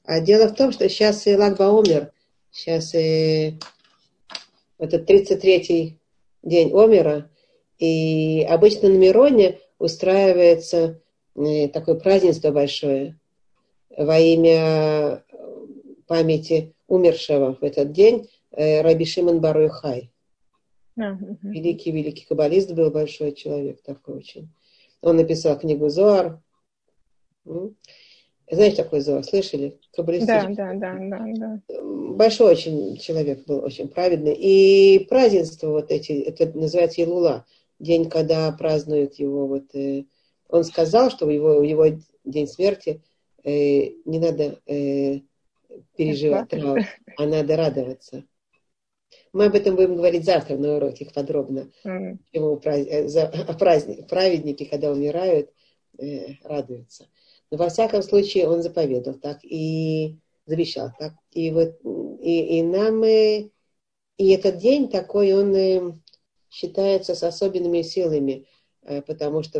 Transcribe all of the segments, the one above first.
А дело в том, что сейчас Лаг ба-Омер, сейчас это 33-й день Омера, и обычно на Мироне устраивается такое празднество большое во имя памяти умершего в этот день Раби Шимон бар Йохай. Великий каббалист был, большой человек такой очень. Он написал книгу Зоар. Знаете, такой Зоар, слышали? Каббалистический. Да. Большой очень человек был, очень праведный. И празднества вот эти, это называется Илула, день, когда празднуют его. Он сказал, что в его день смерти не надо переживать траур, а надо радоваться. Мы об этом будем говорить завтра на уроке подробно. Праведники, когда умирают, радуются. Но во всяком случае он заповедовал так и завещал так. И этот день такой, он считается с особенными силами, потому что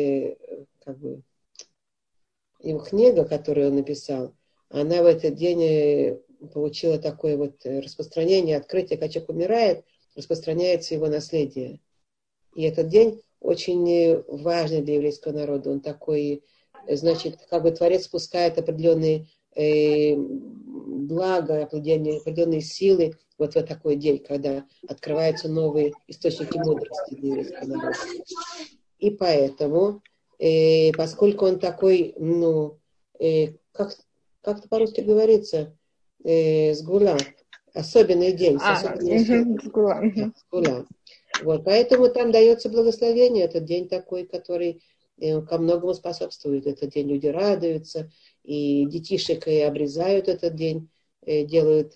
его книга, которую он написал, она в этот день получила такое распространение, открытие, когда человек умирает, распространяется его наследие. И этот день очень важный для еврейского народа. Он такой, значит, Творец спускает определенные блага, определенные силы в такой день, когда открываются новые источники мудрости для еврейского народа. И поэтому, поскольку он такой, как-то по-русски говорится, сгула, особенный день, сгула. Поэтому там дается благословение. Этот день такой, который ко многому способствует. Этот день люди радуются, и детишек обрезают этот день, делают,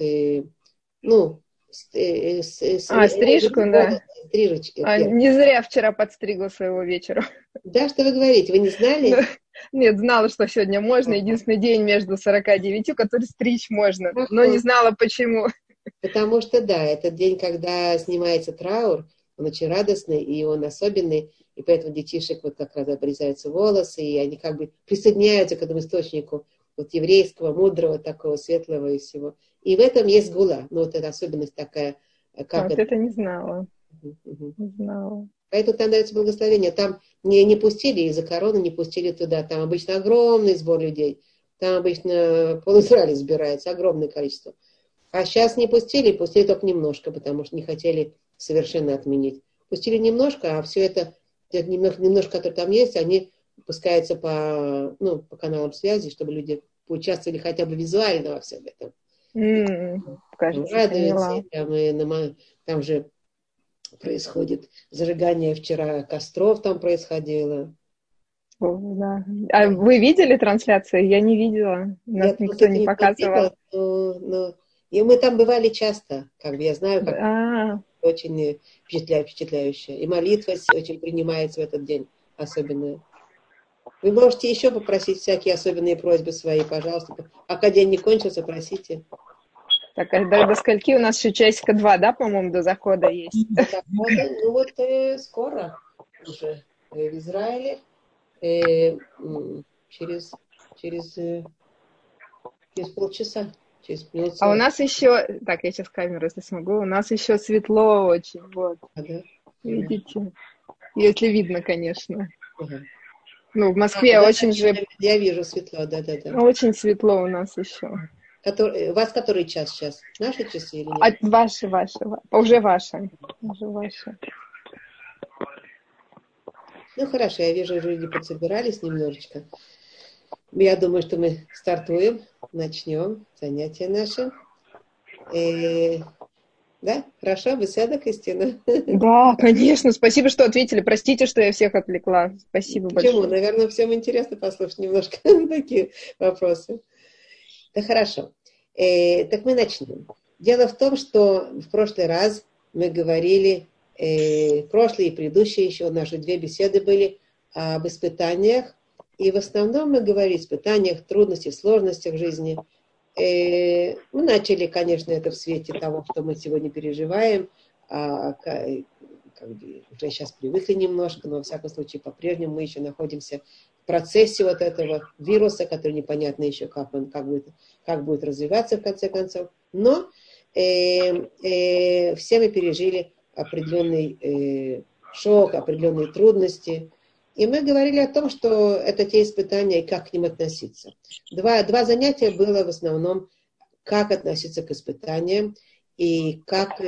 стрижку, да. Стрижечки. Не зря вчера подстригла своего вечера. Да, что вы говорите? Вы не знали? Нет, знала, что сегодня можно. Единственный день между 49, который стричь можно. Но не знала, почему. Потому что, да, этот день, когда снимается траур, он очень радостный, и он особенный, и поэтому детишек как раз обрезаются волосы, и они присоединяются к этому источнику еврейского, мудрого, такого светлого и всего. И в этом есть гула. Это особенность такая. Это не знала. Не знала. Поэтому там дается благословение. Там не пустили из-за короны, не пустили туда. Там обычно огромный сбор людей. Там обычно пол-Израиля собирается, огромное количество. А сейчас не пустили только немножко, потому что не хотели совершенно отменить. Пустили немножко, а все это немножко, которое там есть, они пускаются по каналам связи, чтобы люди поучаствовали хотя бы визуально во всем этом. Кажется, радуются. Там же происходит зажигание вчера костров, там происходило. Да. А вы видели трансляцию? Я не видела. Нас никто не показывал. И мы там бывали часто, я знаю, как очень впечатляюще. И молитва очень принимается в этот день особенно. Вы можете еще попросить всякие особенные просьбы свои, пожалуйста. Пока день не кончился, просите. Так, а до скольки у нас еще часика 2, да, по-моему, до захода есть? До захода, скоро уже в Израиле. Через полчаса. А у нас еще, так, я сейчас камеру, если смогу, у нас еще светло очень, Ага. Видите? Если видно, конечно. Ага. В Москве очень же... Я вижу светло, да. Очень светло у нас еще. У вас который час сейчас? Наши часы или нет? Ваши. Уже ваши. Хорошо, я вижу, люди подсобирались немножечко. Я думаю, что мы стартуем, начнем занятия наши. Да, хорошо, беседа, Кристина. Да, конечно, спасибо, что ответили. Простите, что я всех отвлекла. Спасибо большое. Почему? Наверное, всем интересно послушать немножко такие вопросы. Да, хорошо. Так мы начнем. Дело в том, что в прошлый раз мы говорили, прошлые и предыдущие еще наши 2 беседы были об испытаниях. И в основном мы говорили о испытаниях, трудностях, сложностях в жизни. Мы начали, конечно, это в свете того, что мы сегодня переживаем. Уже сейчас привыкли немножко, но, во всяком случае, по-прежнему мы еще находимся в процессе вот этого вируса, который непонятно еще, как будет развиваться в конце концов. Но все мы пережили определенный шок, определенные трудности. И мы говорили о том, что это те испытания и как к ним относиться. Два занятия было в основном, как относиться к испытаниям и как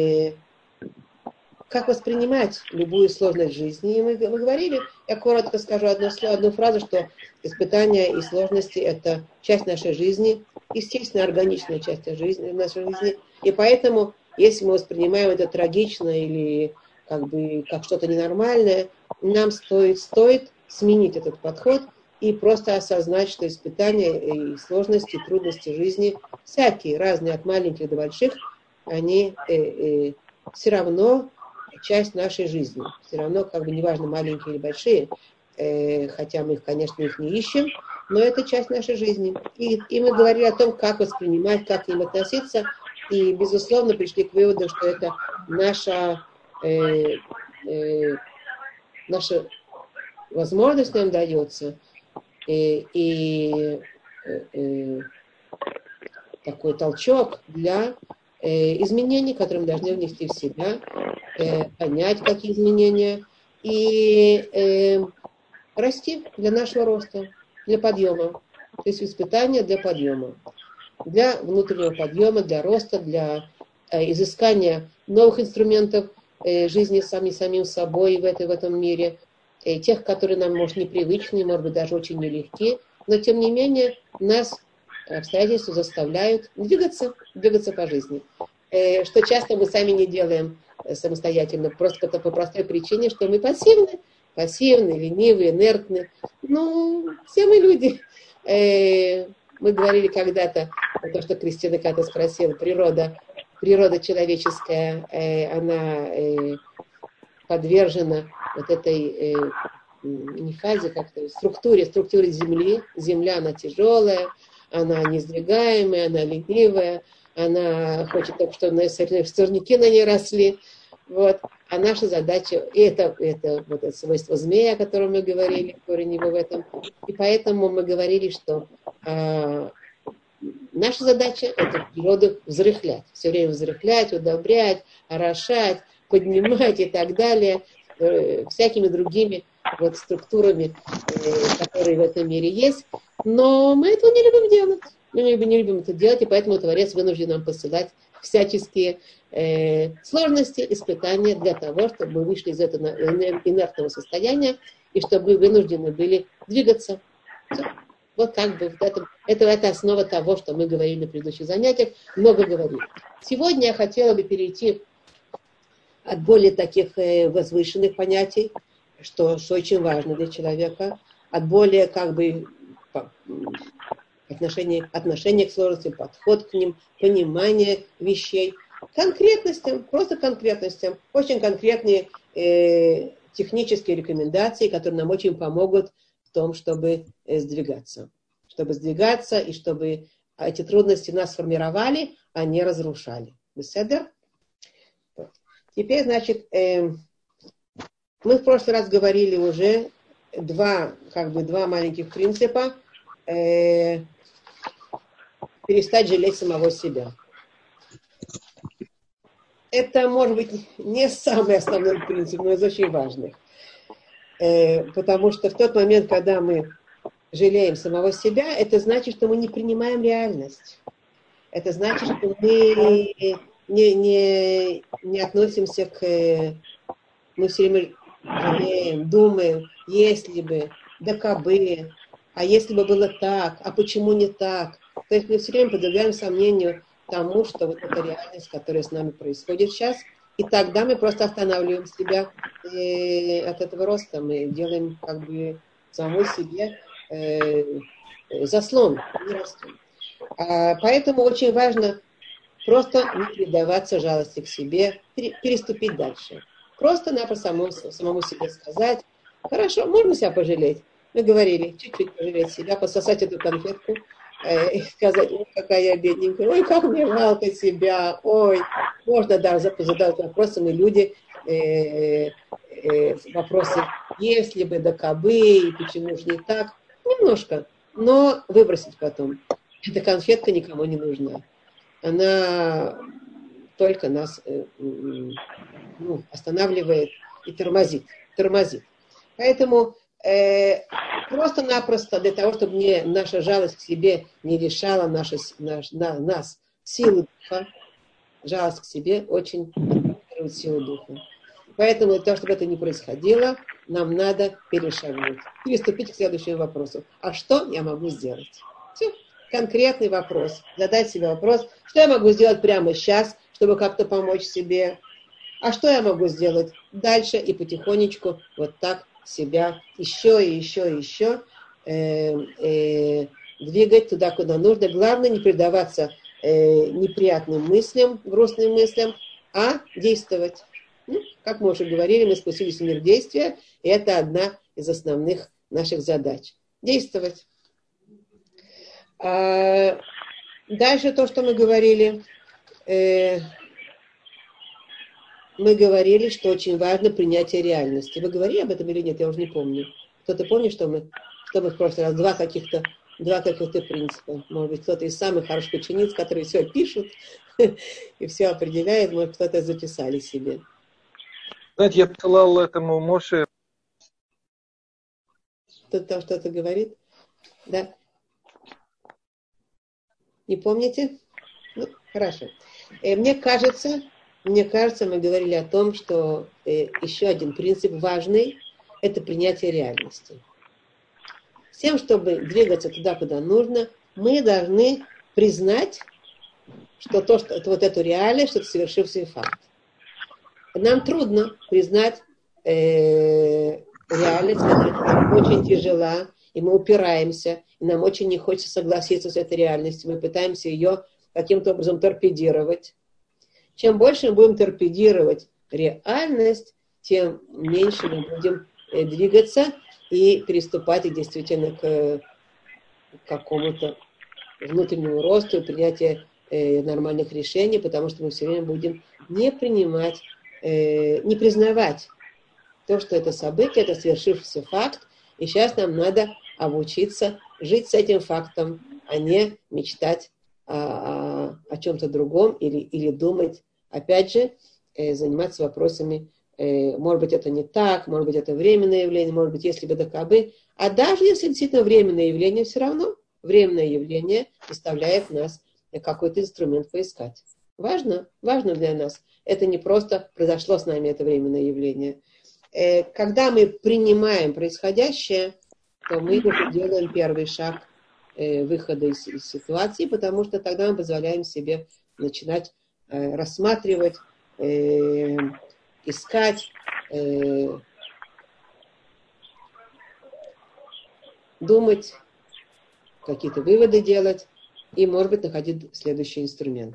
воспринимать любую сложность жизни. И мы говорили, я коротко скажу одну фразу, что испытания и сложности – это часть нашей жизни, естественно, органичная часть нашей жизни. И поэтому, если мы воспринимаем это трагично или как что-то ненормальное, нам стоит сменить этот подход и просто осознать, что испытания и сложности, и трудности жизни, всякие, разные, от маленьких до больших, они все равно часть нашей жизни. Все равно, неважно, маленькие или большие, хотя мы, конечно, их не ищем, но это часть нашей жизни. И мы говорили о том, как воспринимать, как к ним относиться, и, безусловно, пришли к выводу, что это наша возможность нам дается, и такой толчок для изменений, которые мы должны внести в себя, понять, какие изменения, и расти для нашего роста, для подъема. То есть испытания для подъема, для внутреннего подъема, для роста, для изыскания новых инструментов жизни самим собой в этом мире, тех, которые нам, может, непривычны, может быть, даже очень нелегки, но, тем не менее, нас обстоятельства заставляют двигаться по жизни, что часто мы сами не делаем самостоятельно, просто по простой причине, что мы пассивны, ленивые, инертны. Все мы люди. Мы говорили когда-то, то, что Кристина когда-то спросила, природа человеческая, она подвержена вот этой не фазе, как-то структуре Земли. Земля, она тяжелая, она несдвигаемая, она ленивая, она хочет только, чтобы сорняки на ней росли. Вот. А наша задача, и это вот это свойство змея, о котором мы говорили, корень его в этом. И поэтому мы говорили, что наша задача – это природу взрыхлять. Все время взрыхлять, удобрять, орошать, поднимать и так далее, всякими другими структурами, которые в этом мире есть. Но мы этого не любим делать. Мы не любим это делать, и поэтому Творец вынужден нам посылать всяческие сложности, испытания для того, чтобы мы вышли из этого инертного состояния и чтобы мы вынуждены были двигаться. Все. Вот это основа того, что мы говорили на предыдущих занятиях, много говорили. Сегодня я хотела бы перейти от более таких возвышенных понятий, что очень важно для человека, от более отношение к сложностям, подход к ним, понимание вещей, конкретностям, просто конкретностям, очень конкретные технические рекомендации, которые нам очень помогут в том, чтобы сдвигаться. И чтобы эти трудности нас формировали, а не разрушали. Беседер? Теперь, значит, мы в прошлый раз говорили уже два маленьких принципа. Перестать жалеть самого себя. Это, может быть, не самый основной принцип, но из очень важных. Потому что в тот момент, когда мы жалеем самого себя, это значит, что мы не принимаем реальность. Это значит, что мы не относимся мы все время жалеем, думаем, если бы, да кабы, а если бы было так, а почему не так? То есть мы все время подвергаем сомнению тому, что вот эта реальность, которая с нами происходит сейчас, и тогда мы просто останавливаем себя от этого роста. Мы делаем самому себе заслон, не растем. Поэтому очень важно просто не предаваться жалости к себе, переступить дальше. Просто-напросто самому себе сказать, хорошо, можно себя пожалеть. Мы говорили, чуть-чуть пожалеть себя, пососать эту конфетку и сказать, ой, какая я бедненькая, ой, как мне жалко себя, ой. Можно даже задать вопросы, мы люди, вопросы «если бы», «да кабы» и «почему же не так». Немножко, но выбросить потом. Эта конфетка никому не нужна. Она только нас останавливает и тормозит. Поэтому просто-напросто для того, чтобы наша жалость к себе не лишала нас силы духа, жалость к себе очень поддерживает силу духа. Поэтому для того, чтобы это не происходило, нам надо переступить к следующему вопросу. А что я могу сделать? Все. Конкретный вопрос. Задать себе вопрос, что я могу сделать прямо сейчас, чтобы как-то помочь себе. А что я могу сделать дальше и потихонечку вот так себя еще и еще двигать туда, куда нужно. Главное не предаваться неприятным мыслям, грустным мыслям, а действовать. Как мы уже говорили, мы спустились в мир действия, и это одна из основных наших задач. Действовать. Дальше то, что мы говорили, что очень важно принятие реальности. Вы говорили об этом или нет? Я уже не помню. Кто-то помнит, что мы в прошлый раз два каких-то принципа. Может быть, кто-то из самых хороших учениц, которые все пишут и все определяют, может, кто-то записали себе. Знаете, я посылал этому Моше. Кто-то там что-то говорит? Да? Не помните? Ну, хорошо. Мне кажется, мы говорили о том, что еще один принцип важный – это принятие реальности. С тем, чтобы двигаться туда, куда нужно, мы должны признать, что вот эту реальность, что это совершившийся факт. Нам трудно признать реальность, которая очень тяжела, и мы упираемся, и нам очень не хочется согласиться с этой реальностью. Мы пытаемся ее каким-то образом торпедировать. Чем больше мы будем торпедировать реальность, тем меньше мы будем двигаться и переступать действительно к какому-то внутреннему росту и принятию нормальных решений, потому что мы все время будем не признавать то, что это событие, это свершившийся факт, и сейчас нам надо обучиться жить с этим фактом, а не мечтать о чем-то другом или думать, опять же, заниматься вопросами, может быть, это не так, может быть, это временное явление, может быть, если бы да кабы. А даже если действительно временное явление, все равно временное явление заставляет нас какой-то инструмент поискать. Важно для нас. Это не просто произошло с нами это временное явление. Когда мы принимаем происходящее, то мы уже делаем первый шаг выхода из ситуации, потому что тогда мы позволяем себе начинать рассматривать, искать, думать, какие-то выводы делать и, может быть, находить следующие инструменты.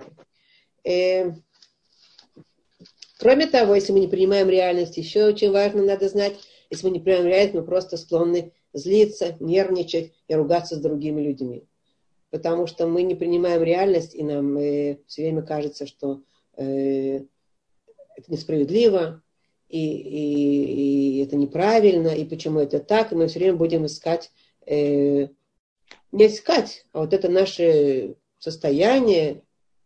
Кроме того, если мы не принимаем реальность, еще очень важно, надо знать, если мы не принимаем реальность, мы просто склонны злиться, нервничать и ругаться с другими людьми. Потому что мы не принимаем реальность, и нам все время кажется, что это несправедливо, и это неправильно, и почему это так, и мы все время будем искать, не искать, а вот это наше состояние,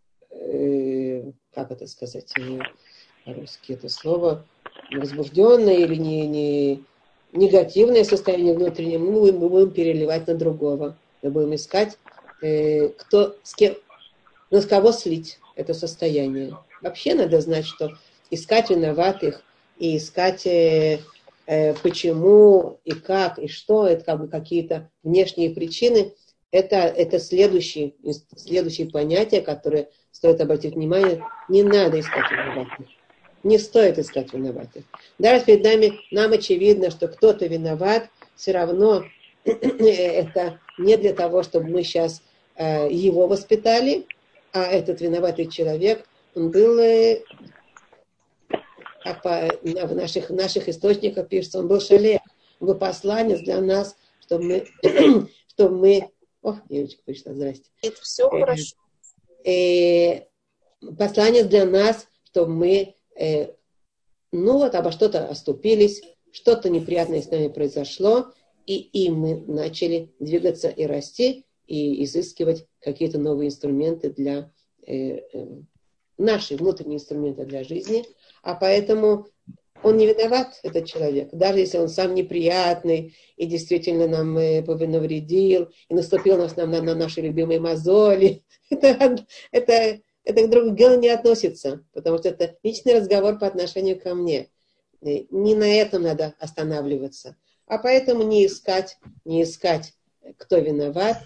как это сказать, по-русски это слово, возбужденное или не негативное состояние внутреннее, мы будем переливать на другого. Мы будем искать, с кого слить это состояние. Вообще надо знать, что искать виноватых и искать почему и как и что, это как бы какие-то внешние причины, это следующие понятия, которые стоит обратить внимание. Не надо искать виноватых. Не стоит искать виноватых. Даже перед нам очевидно, что кто-то виноват, все равно это не для того, чтобы мы сейчас его воспитали, а этот виноватый человек, он был, как в наших источниках пишется, он был шалех, он был посланец для нас, чтобы мы... О, девочка пришла, здрасте. Это все хорошо. Посланец для нас, чтобы мы ну вот, обо что-то оступились, что-то неприятное с нами произошло, и мы начали двигаться и расти, и изыскивать какие-то новые инструменты для наши внутренние инструменты для жизни. А поэтому он не виноват, этот человек, даже если он сам неприятный и действительно нам навредил, и наступил на наши любимые мозоли. Это к другому делу не относится, потому что это личный разговор по отношению ко мне. Не на этом надо останавливаться. А поэтому не искать, кто виноват,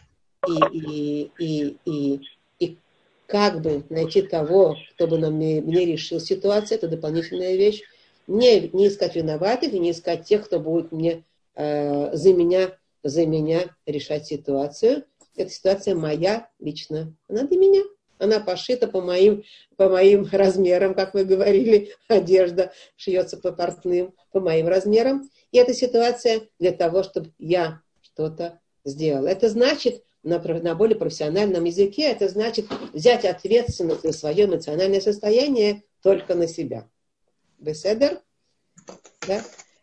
и как бы найти того, кто бы мне решил ситуацию, это дополнительная вещь. Не искать виноватых и не искать тех, кто будет мне за меня решать ситуацию. Эта ситуация моя лично. Она для меня. Она пошита по моим размерам, как вы говорили, одежда шьется по портным, по моим размерам. И эта ситуация для того, чтобы я что-то сделал. Это значит, на более профессиональном языке, это значит взять ответственность за свое эмоциональное состояние только на себя. Беседер? Да?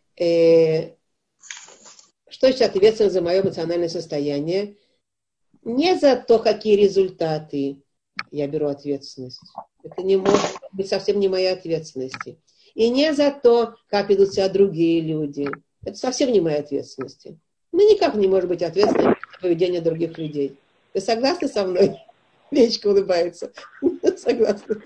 Что значит ответственность за мое эмоциональное состояние? Не за то, какие результаты я беру ответственность. Это не может быть совсем не моя ответственность. И не за то, как ведут себя другие люди. Это совсем не моя ответственность. Мы никак не можем быть ответственны за поведение других людей. Вы согласны со мной? Лечка улыбается. Согласна.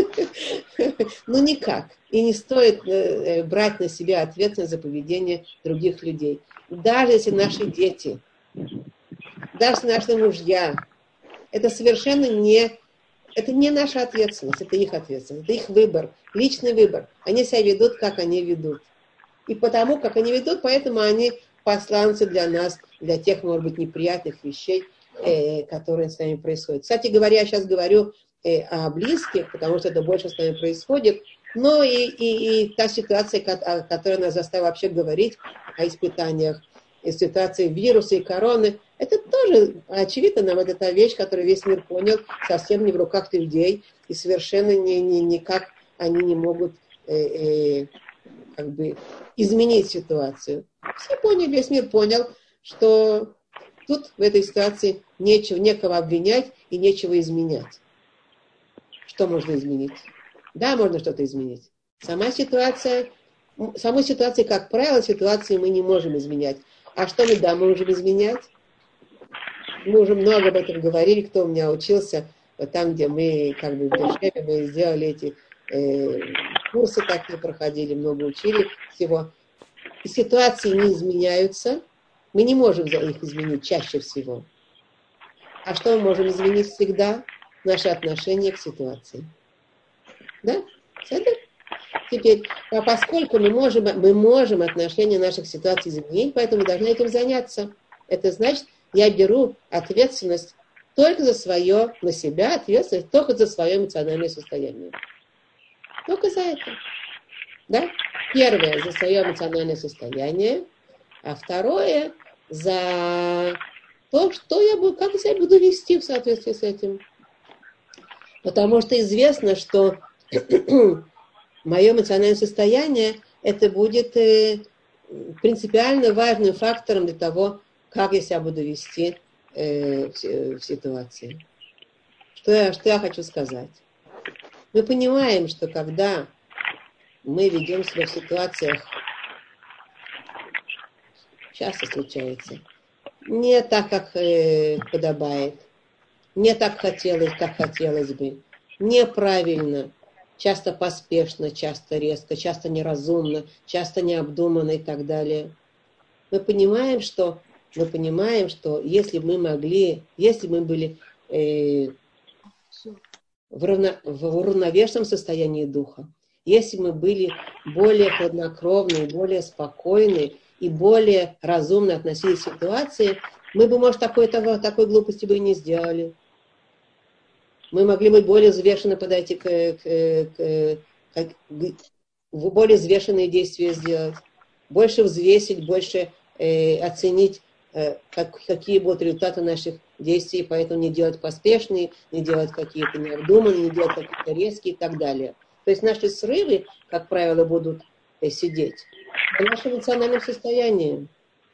Ну, никак. И не стоит брать на себя ответственность за поведение других людей. Даже если наши дети, даже если наши мужья, это совершенно не наша ответственность, это их ответственность, это их выбор, личный выбор. Они себя ведут, как они ведут. И потому, как они ведут, поэтому они посланцы для нас, для тех, может быть, неприятных вещей, которые с нами происходят. Кстати говоря, я сейчас говорю о близких, потому что это больше с нами происходит, но и та ситуация, которая нас заставила вообще говорить о испытаниях, и ситуации вируса и короны, это тоже, очевидно, нам это та вещь, которую весь мир понял, совсем не в руках людей, и совершенно никак они не могут как бы изменить ситуацию. Все поняли, весь мир понял, что тут в этой ситуации некого обвинять и нечего изменять. Что можно изменить? Да, можно что-то изменить. Саму ситуацию, как правило, ситуацию мы не можем изменять. А что мы можем изменять? Мы уже много об этом говорили, кто у меня учился, вот там, где мы как бы в Бешеве, мы сделали эти курсы такие, проходили, много учили всего. И ситуации не изменяются, мы не можем их изменить чаще всего. А что мы можем изменить всегда? Наше отношение к ситуации. Да? Теперь, поскольку мы можем отношение наших ситуаций изменить, поэтому мы должны этим заняться. Это значит, я беру ответственность только за свое, на себя, ответственность только за свое эмоциональное состояние. Только за это. Да? Первое, за свое эмоциональное состояние, а второе, за то, как я себя буду вести в соответствии с этим. Потому что известно, что мое эмоциональное состояние, это будет принципиально важным фактором для того, как я себя буду вести в ситуации. Что я хочу сказать? Мы понимаем, что когда мы ведем себя в ситуациях, часто случается, не так, как подобает, не так хотелось, как хотелось бы, неправильно, часто поспешно, часто резко, часто неразумно, часто необдуманно и так далее. Мы понимаем, что если мы были в уравновешенном состоянии духа, если мы были более хладнокровны, более спокойны и более разумно относились к ситуации, мы бы, может, такой глупости бы и не сделали. Мы могли бы более взвешенно подойти более взвешенные действия сделать, больше взвесить, больше оценить, какие будут результаты наших действий, поэтому не делать поспешные, не делать какие-то необдуманные, не делать какие-то резкие и так далее. То есть наши срывы, как правило, будут сидеть в нашем эмоциональном состоянии.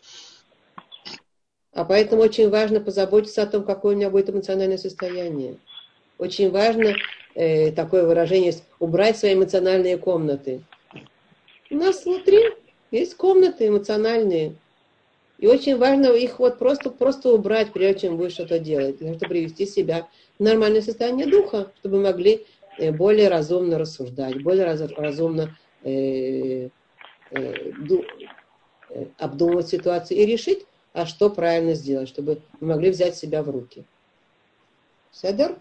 А поэтому очень важно позаботиться о том, какое у меня будет эмоциональное состояние. Очень важно такое выражение, убрать свои эмоциональные комнаты. У нас внутри есть комнаты эмоциональные. И очень важно их вот просто убрать, прежде чем будешь что-то делать, для того, чтобы привести себя в нормальное состояние духа, чтобы мы могли более разумно рассуждать, более разумно обдумывать ситуацию и решить, а что правильно сделать, чтобы мы могли взять себя в руки. Седер?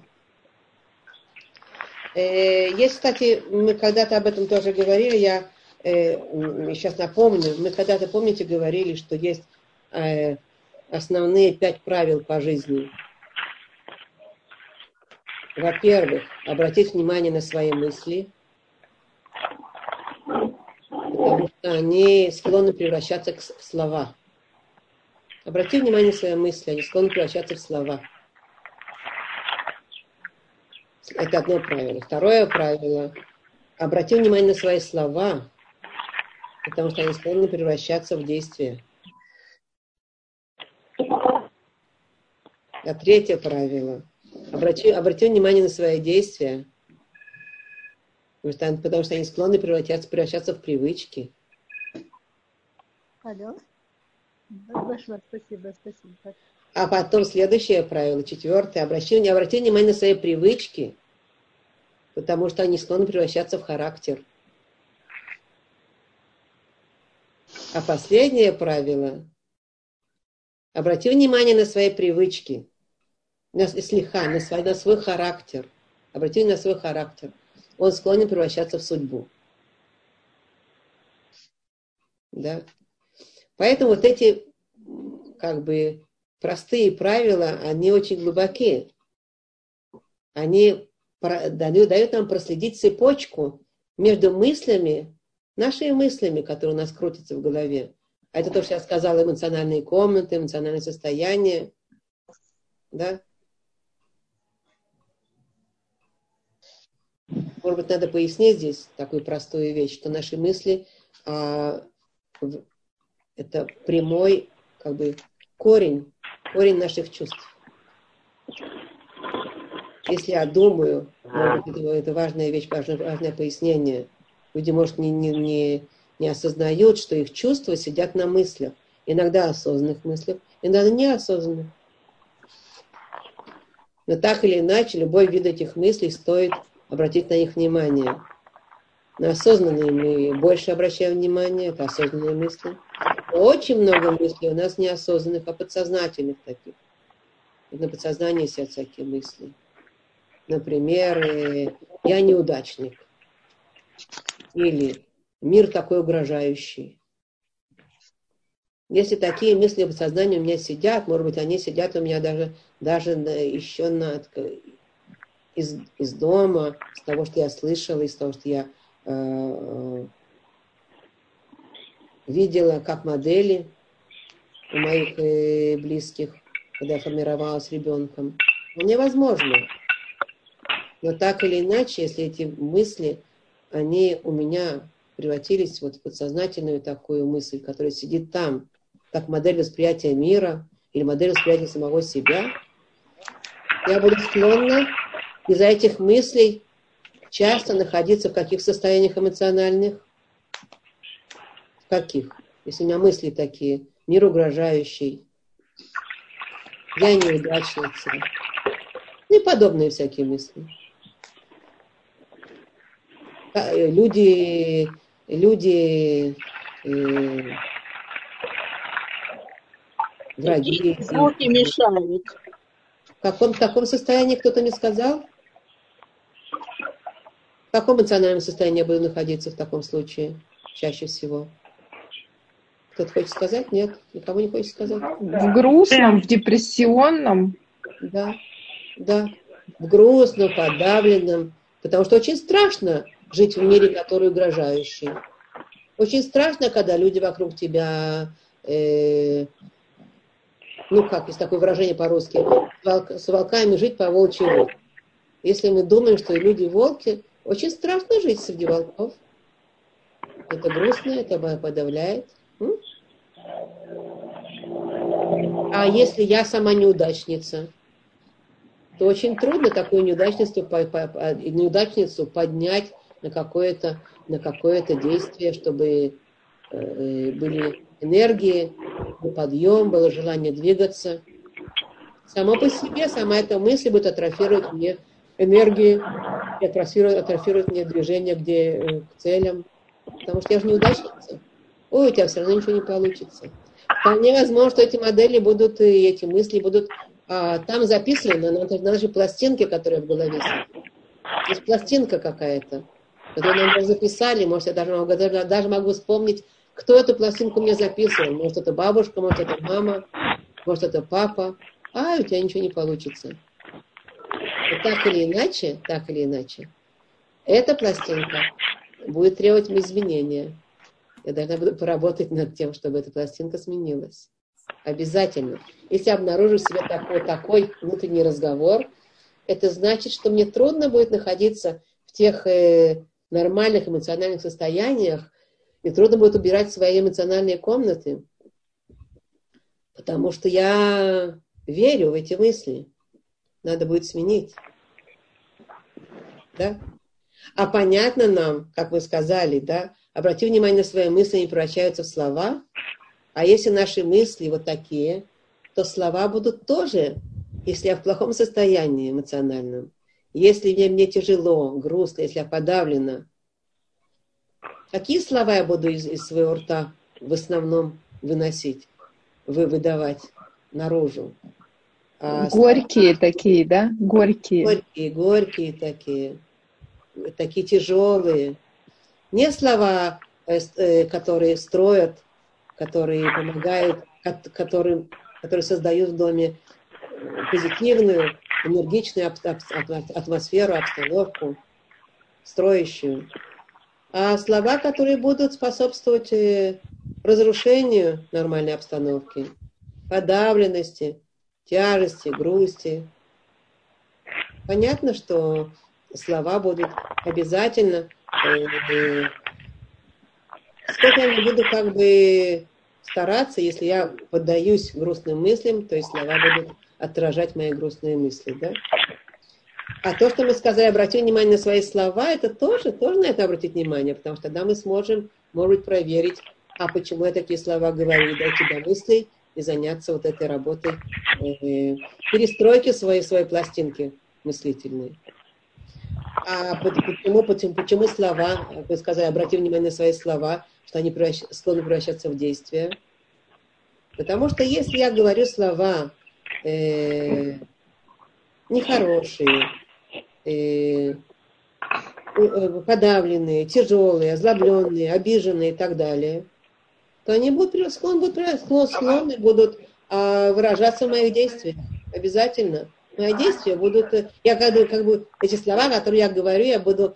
Есть, кстати, мы когда-то об этом тоже говорили, я сейчас напомню, мы когда-то, помните, говорили, что есть основные 5 правил по жизни. Во-первых, обратить внимание на свои мысли, потому что они склонны превращаться в слова. Обрати внимание на свои мысли, они склонны превращаться в слова. Это одно правило. Второе правило. Обрати внимание на свои слова, потому что они склонны превращаться в действие. А третье правило. Обрати внимание на свои действия, потому что они склонны превращаться в привычки. Алло. Зашла, спасибо. А потом следующее правило, 4. Обрати внимание на свои привычки, потому что они склонны превращаться в характер. А последнее правило. Обрати внимание на свои привычки, на свой характер. Обрати внимание на свой характер. Он склонен превращаться в судьбу. Да? Поэтому вот эти простые правила, они очень глубокие. Они дают нам проследить цепочку между мыслями, нашими мыслями, которые у нас крутятся в голове. А это то, что я сказала, эмоциональные комнаты, эмоциональное состояние. Да? Может быть, надо пояснить здесь такую простую вещь, что наши мысли это прямой корень наших чувств. Если я думаю, это важная вещь, важное пояснение. Люди, может, не осознают, что их чувства сидят на мыслях. Иногда осознанных мыслях, иногда неосознанных. Но так или иначе, любой вид этих мыслей стоит обратить на них внимание. На осознанные мы больше обращаем внимание, это осознанные мысли. Очень много мыслей у нас неосознанных, а подсознательных таких. И на подсознании сидят всякие мысли. Например, я неудачник. Или мир такой угрожающий. Если такие мысли в подсознании у меня сидят, может быть, они сидят у меня даже еще из дома, с того, что я слышала, из того, что я видела как модели у моих близких, когда я формировалась ребенком. Вполне возможно. Но так или иначе, если эти мысли, они у меня превратились в подсознательную такую мысль, которая сидит там, как модель восприятия мира или модель восприятия самого себя, я буду склонна из-за этих мыслей часто находиться в каких состояниях эмоциональных? В каких? Если у меня мысли такие, мир угрожающий, я неудачница, и подобные всякие мысли. Люди враги. Звуки мешают. В каком состоянии, кто-то мне сказал? В каком эмоциональном состоянии я буду находиться в таком случае чаще всего? Кто-то хочет сказать? Нет? Никому не хочет сказать? В грустном, в депрессионном. Да. В грустном, подавленном. Потому что очень страшно жить в мире, который угрожающий. Очень страшно, когда люди вокруг тебя, есть такое выражение по-русски, с волками жить по волчьи. Если мы думаем, что люди волки, Очень страшно жить среди волков. Это грустно, это подавляет. А если я сама неудачница, то очень трудно такую неудачницу поднять на какое-то действие, чтобы были энергии, был подъем, было желание двигаться. Само по себе, сама эта мысль будет атрофировать мне энергии, и атрофирует мне движение к целям. Потому что я же неудачница. Ой, у тебя все равно ничего не получится. Вполне возможно, что эти модели будут, и эти мысли будут там записаны, на нашей пластинке, которая в голове сидит. Есть пластинка какая-то, которую нам записали. Может, я даже могу вспомнить, кто эту пластинку мне записывал. Может, это бабушка, может, это мама, может, это папа. У тебя ничего не получится. И так или иначе, эта пластинка будет требовать изменения. Я должна буду поработать над тем, чтобы эта пластинка сменилась. Обязательно. Если я обнаружу в себе такой внутренний разговор, это значит, что мне трудно будет находиться в тех нормальных эмоциональных состояниях, и трудно будет убирать свои эмоциональные комнаты, потому что я верю в эти мысли. Надо будет сменить. Да? А понятно нам, как вы сказали, да, обрати внимание на свои мысли, они превращаются в слова. А если наши мысли вот такие, то слова будут тоже, если я в плохом состоянии эмоциональном, если мне тяжело, грустно, если я подавлена. Какие слова я буду из своего рта в основном выносить, выдавать наружу? Горькие такие, да? Горькие. Горькие такие тяжелые. Не слова, которые строят, которые помогают, которые создают в доме позитивную, энергичную атмосферу, обстановку, строящую. А слова, которые будут способствовать разрушению нормальной обстановки, подавленности, тяжести, грусти. Понятно, что слова будут обязательно. Сколько я буду стараться, если я поддаюсь грустным мыслям, то есть слова будут отражать мои грустные мысли, да? А то, что мы сказали, обратить внимание на свои слова, это тоже на это обратить внимание, потому что тогда мы сможем, может быть, проверить, почему я такие слова говорю, дойти до мыслей и заняться вот этой работой перестройки своей пластинки мыслительной. Почему слова, вы сказали, обрати внимание на свои слова, что они склонны превращаться в действия? Потому что если я говорю слова нехорошие, подавленные, тяжелые, озлобленные, обиженные и так далее, то они склонны будут выражаться в моих действиях. Обязательно. Мои действия будут... эти слова, которые я говорю, я буду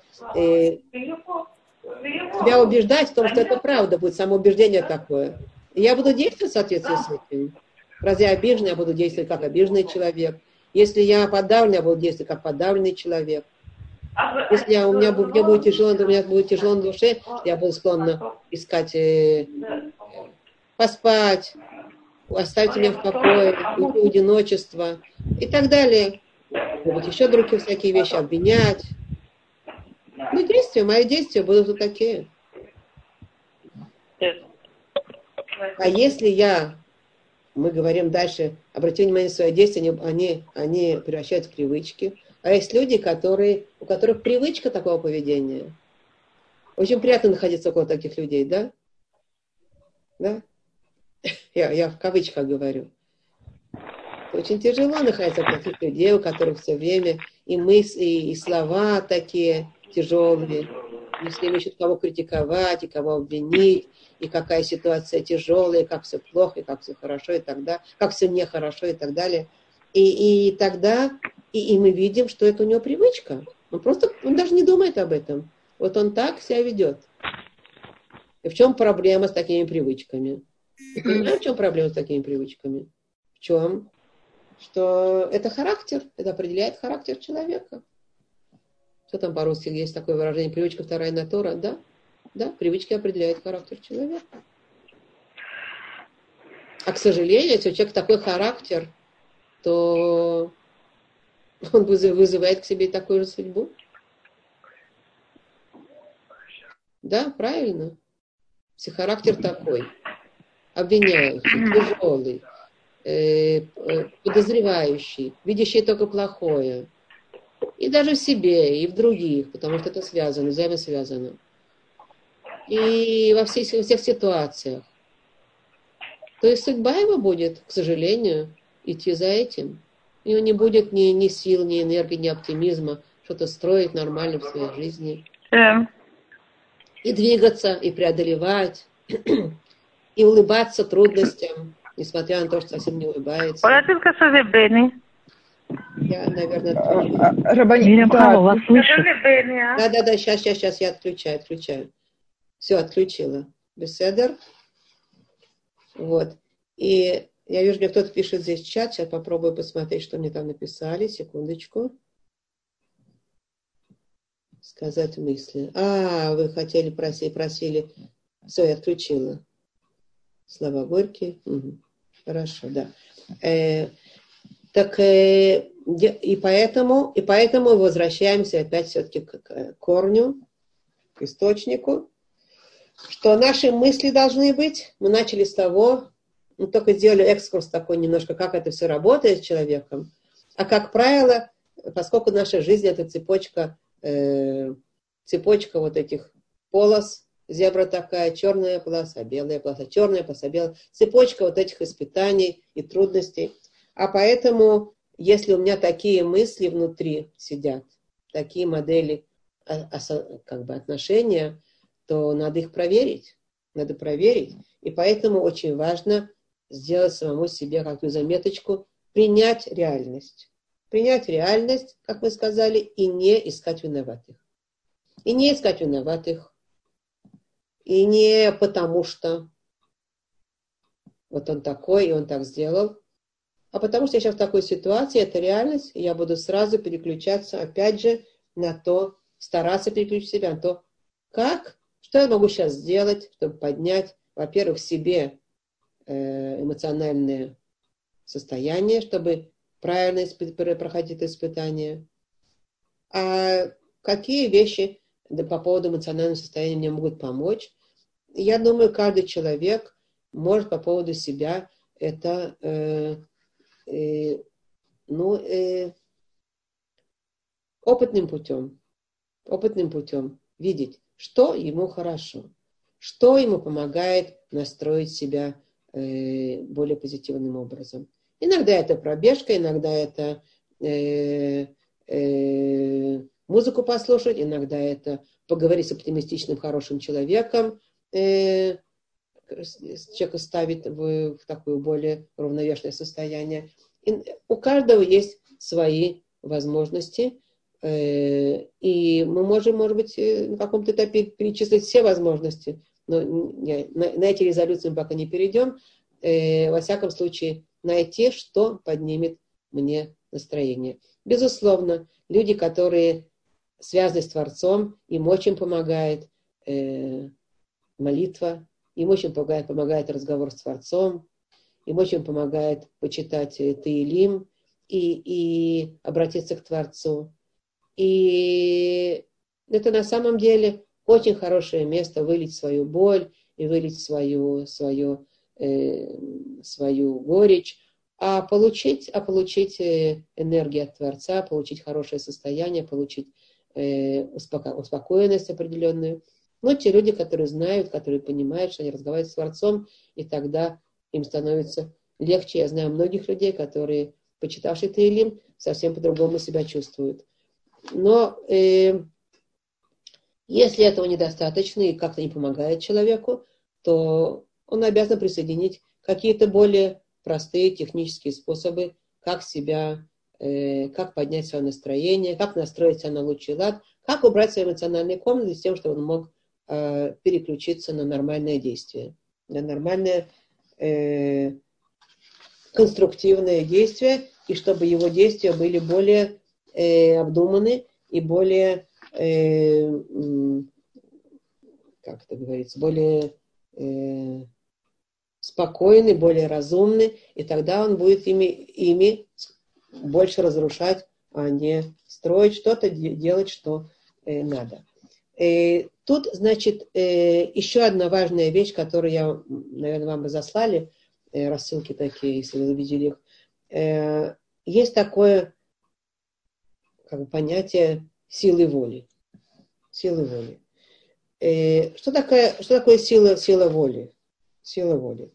себя убеждать в том, что это правда будет, самоубеждение такое. И я буду действовать в соответствии с этим. Разве я обиженный, я буду действовать как обиженный человек. Если я подавлен, я буду действовать как подавленный человек. Если мне будет тяжело на душе, я буду склонна искать поспать, оставить меня в покое, уйти в одиночество и так далее. Может быть, еще другие всякие вещи, обвинять. Мои действия будут вот такие. А если мы говорим дальше, обратите внимание на свои действия, они превращаются в привычки. А есть люди, у которых привычка такого поведения. Очень приятно находиться около таких людей, да? Да? Я в кавычках говорю. Очень тяжело находиться около таких людей, у которых все время и мысли, и слова такие тяжелые. И все время ищут кого критиковать, и кого обвинить, и какая ситуация тяжелая, и как все плохо, и как все хорошо, и так далее, как все нехорошо, и так далее. И тогда мы видим, что это у него привычка. Он даже не думает об этом. Вот он так себя ведет. И в чем проблема с такими привычками? Вы понимаете, в чем проблема с такими привычками? В чем? Что это характер, это определяет характер человека. Что там по-русски есть такое выражение? Привычка вторая натура, да? Да, привычки определяют характер человека. А, к сожалению, если у человека такой характер, то он вызывает к себе такую же судьбу. Да, правильно. Если характер такой, обвиняющий, тяжелый, подозревающий, видящий только плохое. И даже в себе, и в других, потому что это связано, взаимосвязано. И во всех ситуациях. То есть судьба его будет, к сожалению, идти за этим. У него не будет ни сил, ни энергии, ни оптимизма что-то строить нормально в своей жизни. И двигаться, и преодолевать, и улыбаться трудностям, несмотря на то, что совсем не улыбается. Я, наверное, отключу. Рабанит, вас слышит. Да, сейчас я отключаю. Все, отключила. Беседер. Вот. И я вижу, мне кто-то пишет здесь в чат. Сейчас попробую посмотреть, что мне там написали. Секундочку. Сказать мысли. Вы хотели, просили. Все, я отключила. Слова горькие. Угу. Хорошо, да. И поэтому возвращаемся опять все-таки к корню, к источнику, что наши мысли должны быть. Мы начали с того, мы только сделали экскурс такой немножко, как это все работает с человеком. А как правило, поскольку наша жизнь это цепочка вот этих полос, зебра такая, черная полоса, белая полоса, черная полоса, белая, цепочка вот этих испытаний и трудностей. А поэтому, если у меня такие мысли внутри сидят, такие модели отношения, то надо их проверить. Надо проверить. И поэтому очень важно сделать самому себе какую заметочку, принять реальность. Принять реальность, как мы сказали, и не искать виноватых. И не искать виноватых. И не потому что вот он такой, и он так сделал. А потому что я сейчас в такой ситуации, это реальность, и я буду сразу переключаться, опять же, на то, стараться переключить себя на то, что я могу сейчас сделать, чтобы поднять, во-первых, в себе эмоциональное состояние, чтобы правильно проходить это испытание. А какие вещи по поводу эмоционального состояния мне могут помочь? Я думаю, каждый человек может по поводу себя это опытным путем видеть, что ему хорошо, что ему помогает настроить себя более позитивным образом. Иногда это пробежка, иногда это музыку послушать, иногда это поговорить с оптимистичным, хорошим человеком, человека ставит в такое более равновешенное состояние. И у каждого есть свои возможности, и мы можем, может быть, на каком-то этапе перечислить все возможности, но на эти резолюции мы пока не перейдем. Во всяком случае, найти, что поднимет мне настроение. Безусловно, люди, которые связаны с Творцом, им очень помогает молитва, им очень помогает разговор с Творцом, им очень помогает почитать Теилим и обратиться к Творцу. И это на самом деле очень хорошее место вылить свою боль и вылить свою горечь, а получить энергию от Творца, получить хорошее состояние, получить успокоенность определенную. Но те люди, которые знают, которые понимают, что они разговаривают с Творцом, и тогда им становится легче. Я знаю многих людей, которые, почитавшие Теилим, совсем по-другому себя чувствуют. Но если этого недостаточно и как-то не помогает человеку, то он обязан присоединить какие-то более простые технические способы, как поднять свое настроение, как настроить себя на лучший лад, как убрать свои эмоциональные комнаты с тем, чтобы он мог переключиться на нормальное действие, на нормальное конструктивное действие, и чтобы его действия были более обдуманы и более как это говорится, более спокойный, более разумный, и тогда он будет ими больше разрушать, а не строить что-то, делать, что надо. Тут, значит, еще одна важная вещь, которую я, наверное, вам разослали, рассылки такие, если вы видели их. Есть такое как бы, понятие силы воли. Силы воли. Что такое сила воли? Сила воли.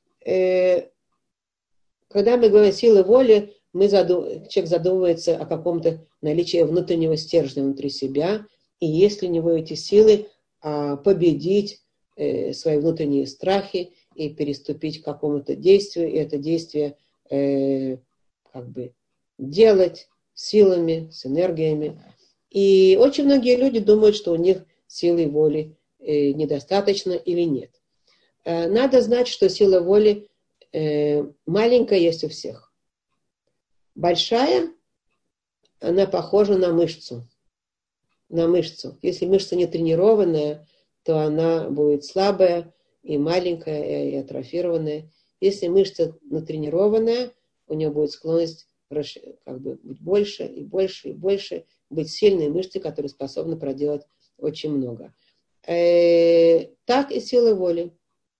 Когда мы говорим сила воли, человек задумывается о каком-то наличии внутреннего стержня внутри себя, и есть ли у него эти силы победить свои внутренние страхи и переступить к какому-то действию, и это действие как бы делать силами, с энергиями. И очень многие люди думают, что у них силы воли недостаточно или нет. Надо знать, что сила воли маленькая есть у всех. Большая, она похожа на мышцу. На мышцу. Если мышца не тренированная, то она будет слабая и маленькая, и атрофированная. Если мышца натренированная, у нее будет склонность как бы быть больше и больше и больше, быть сильной мышцей, которая способна проделать очень много. Так и сила воли.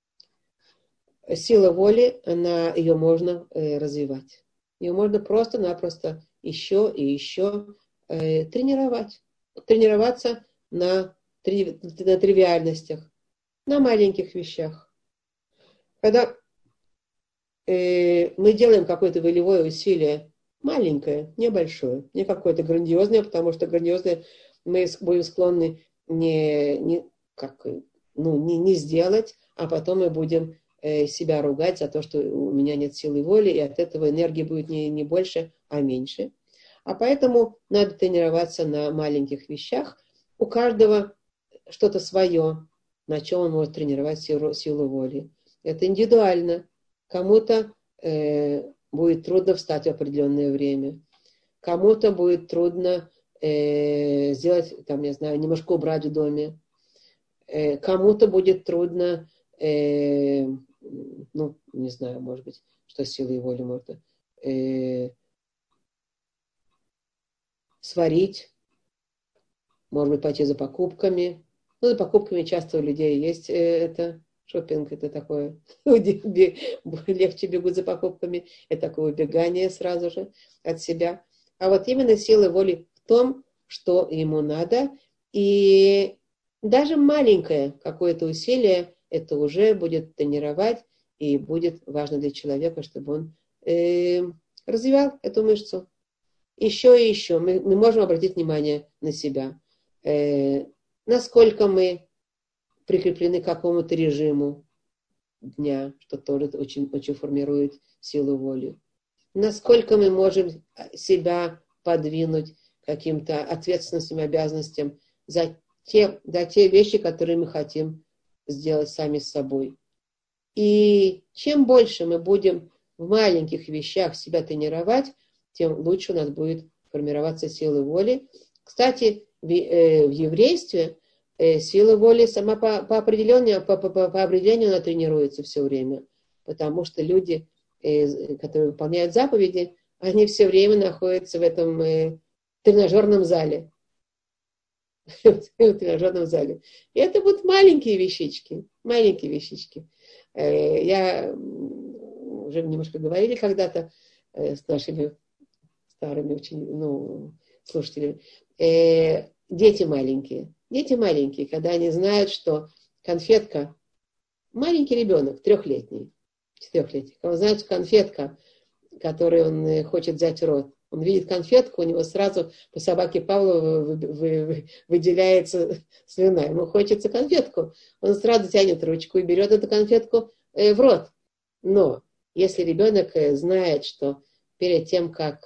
Сила воли, ее можно развивать. Ее можно просто-напросто еще и еще тренировать. Тренироваться на тривиальностях, на маленьких вещах. Когда мы делаем какое-то волевое усилие, маленькое, небольшое, не какое-то грандиозное, потому что грандиозное мы будем склонны не сделать, а потом мы будем себя ругать за то, что у меня нет силы воли, и от этого энергии будет не больше, а меньше. А поэтому надо тренироваться на маленьких вещах. У каждого что-то свое, на чем он может тренировать силу воли. Это индивидуально. Кому-то будет трудно встать в определенное время. Кому-то будет трудно сделать, немножко убрать в доме. Кому-то будет трудно, может быть, что силой воли можно сварить, может быть, пойти за покупками. За покупками часто у людей есть это. Шопинг это такое, легче бегут за покупками, это такое убегание сразу же от себя. А вот именно сила воли в том, что ему надо, и даже маленькое какое-то усилие, это уже будет тренировать, и будет важно для человека, чтобы он развивал эту мышцу. Еще и еще мы можем обратить внимание на себя, насколько мы прикреплены к какому-то режиму дня, что тоже очень, очень формирует силу воли. Насколько мы можем себя подвинуть каким-то ответственностям, обязанностям за те вещи, которые мы хотим сделать сами с собой. И чем больше мы будем в маленьких вещах себя тренировать, тем лучше у нас будет формироваться сила воли. Кстати, в еврействе сила воли сама по определению она тренируется все время, потому что люди, которые выполняют заповеди, они все время находятся в этом тренажерном зале. В тренажерном зале. И это будут маленькие вещички. Маленькие вещички. Я уже немножко говорили когда-то с нашими старыми очень, слушателями. Дети маленькие, когда они знают, что конфетка, маленький ребенок, 3-летний, 4-летний, он знает, что конфетка, которую он хочет взять в рот, он видит конфетку, у него сразу по собаке Павлова выделяется слюна. Ему хочется конфетку. Он сразу тянет ручку и берет эту конфетку в рот. Но если ребенок знает, что перед тем, как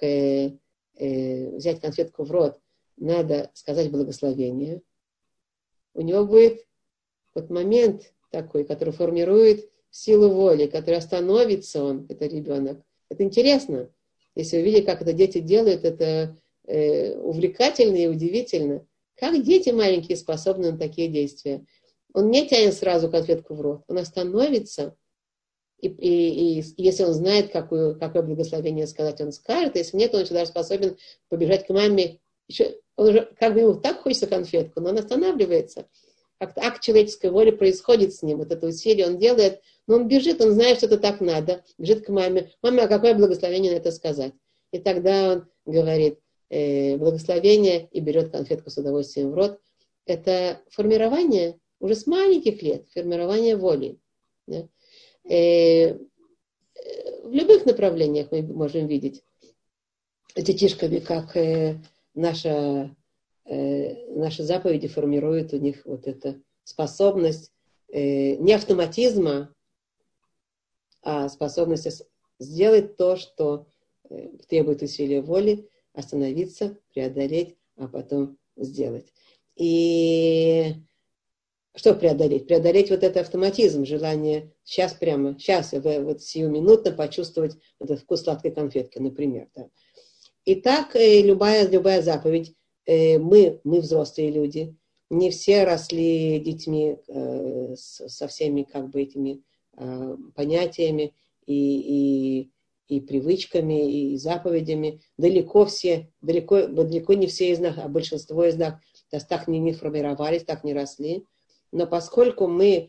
взять конфетку в рот, надо сказать благословение, у него будет вот момент такой, который формирует силу воли, который остановится он, это ребенок. Это интересно. Если вы видите, как это дети делают, это увлекательно и удивительно. Как дети маленькие способны на такие действия. Он не тянет сразу конфетку в рот, он остановится, и если он знает, какое благословение сказать, он скажет, если нет, он еще даже способен побежать к маме. Еще, он уже, как бы ему так хочется конфетку, но он останавливается. Как-то акт человеческой воли происходит с ним, вот это усилие он делает, но он бежит, он знает, что это так надо, бежит к маме. Мама, а какое благословение на это сказать? И тогда он говорит благословение и берет конфетку с удовольствием в рот. Это формирование уже с маленьких лет, формирование воли. Да? В любых направлениях мы можем видеть детишками, как наши заповеди формируют у них вот эту способность не автоматизма, а способность сделать то, что требует усилия воли, остановиться, преодолеть, а потом сделать. И что преодолеть? Преодолеть вот этот автоматизм, желание сейчас вот сиюминутно почувствовать этот вкус сладкой конфетки, например. Да. И так любая заповедь, мы взрослые люди, не все росли детьми со всеми как бы этими понятиями и привычками, и заповедями. Далеко не все из нас, а большинство из нас так не формировались, так не росли. Но поскольку мы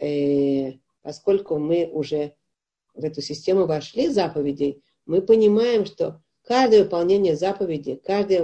уже в эту систему вошли заповедей, мы понимаем, что каждое выполнение заповеди, каждое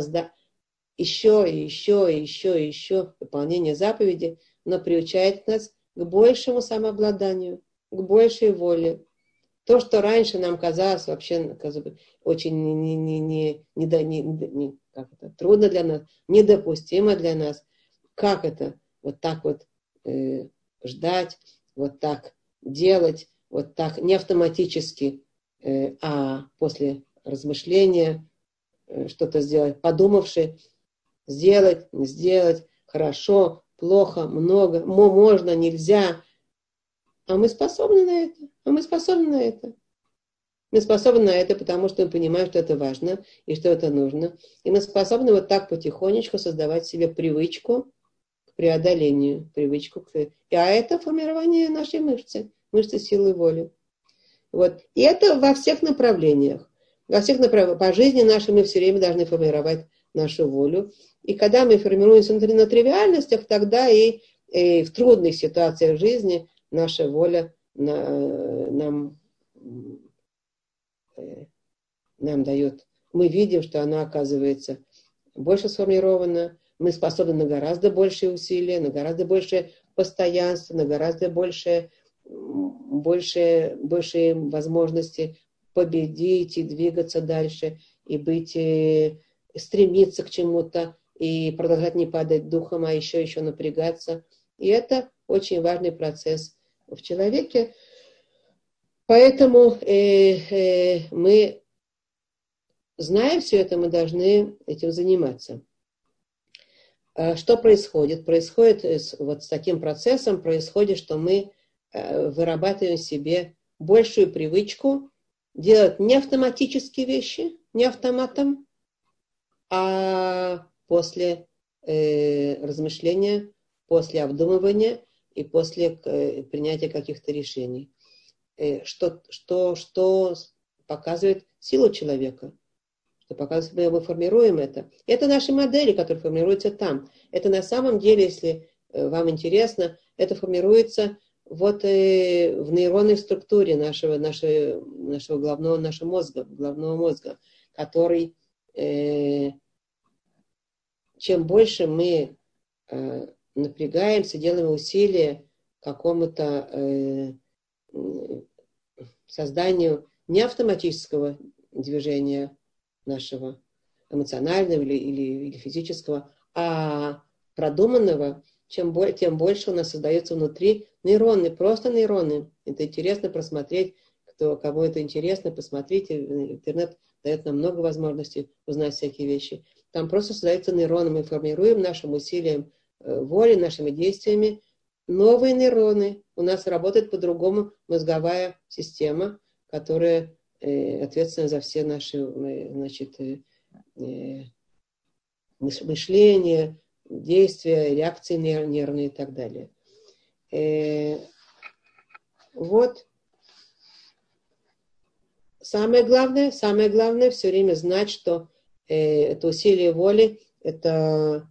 еще выполнение заповеди, оно приучает нас к большему самообладанию, к большей воле. То, что раньше нам казалось вообще очень трудно для нас, недопустимо для нас, как это вот так вот ждать, вот так делать, вот так не автоматически, а после размышления что-то сделать, подумавши, сделать, не сделать, хорошо, плохо, много, можно, нельзя. А мы способны на это. Мы способны на это, потому что мы понимаем, что это важно и что это нужно. И мы способны вот так потихонечку создавать себе привычку к преодолению, а это формирование нашей мышцы силы воли. Вот. И это во всех направлениях. По жизни нашей мы все время должны формировать нашу волю. И когда мы формируемся на тривиальностях, тогда и в трудных ситуациях жизни наша воля нам дает. Мы видим, что она оказывается больше сформирована. Мы способны на гораздо большие усилия, на гораздо большее постоянство, на гораздо большие возможности победить и двигаться дальше, и стремиться к чему-то, и продолжать не падать духом, а еще напрягаться. И это очень важный процесс в человеке. Поэтому мы, зная все это, мы должны этим заниматься. Что происходит? Вот с таким процессом происходит, что мы вырабатываем в себе большую привычку делать не автоматические вещи, не автоматом, а после размышления, после обдумывания и после принятия каких-то решений. Что показывает силу человека, что показывает, что мы формируем это. Это наши модели, которые формируются там. Это на самом деле, если вам интересно, это формируется вот в нейронной структуре нашего головного мозга, который чем больше мы напрягаемся, делаем усилия к какому-то созданию не автоматического движения нашего эмоционального или физического, а продуманного, тем больше у нас создается внутри нейроны, просто нейроны. Это интересно просмотреть, кому это интересно, посмотрите. Интернет дает нам много возможностей узнать всякие вещи. Там просто создаются нейроны. Мы формируем нашим усилием воли, нашими действиями новые нейроны. У нас работает по-другому мозговая система, которая ответственна за все наши мышление, действия, реакции нервные и так далее. Вот. Самое главное все время знать, что это усилие воли, это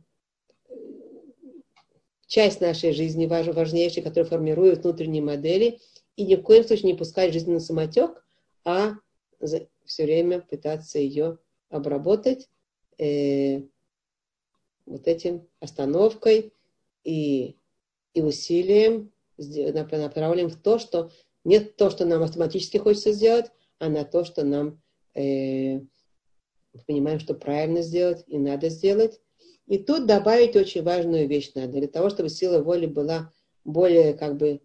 часть нашей жизни, важнейшая, которая формирует внутренние модели, и ни в коем случае не пускать жизнь на самотек, а все время пытаться ее обработать вот этим остановкой и усилием, направленным в то, что нет то, что нам автоматически хочется сделать, а на то, что нам понимаем, что правильно сделать и надо сделать. И тут добавить очень важную вещь надо. Для того, чтобы сила воли была более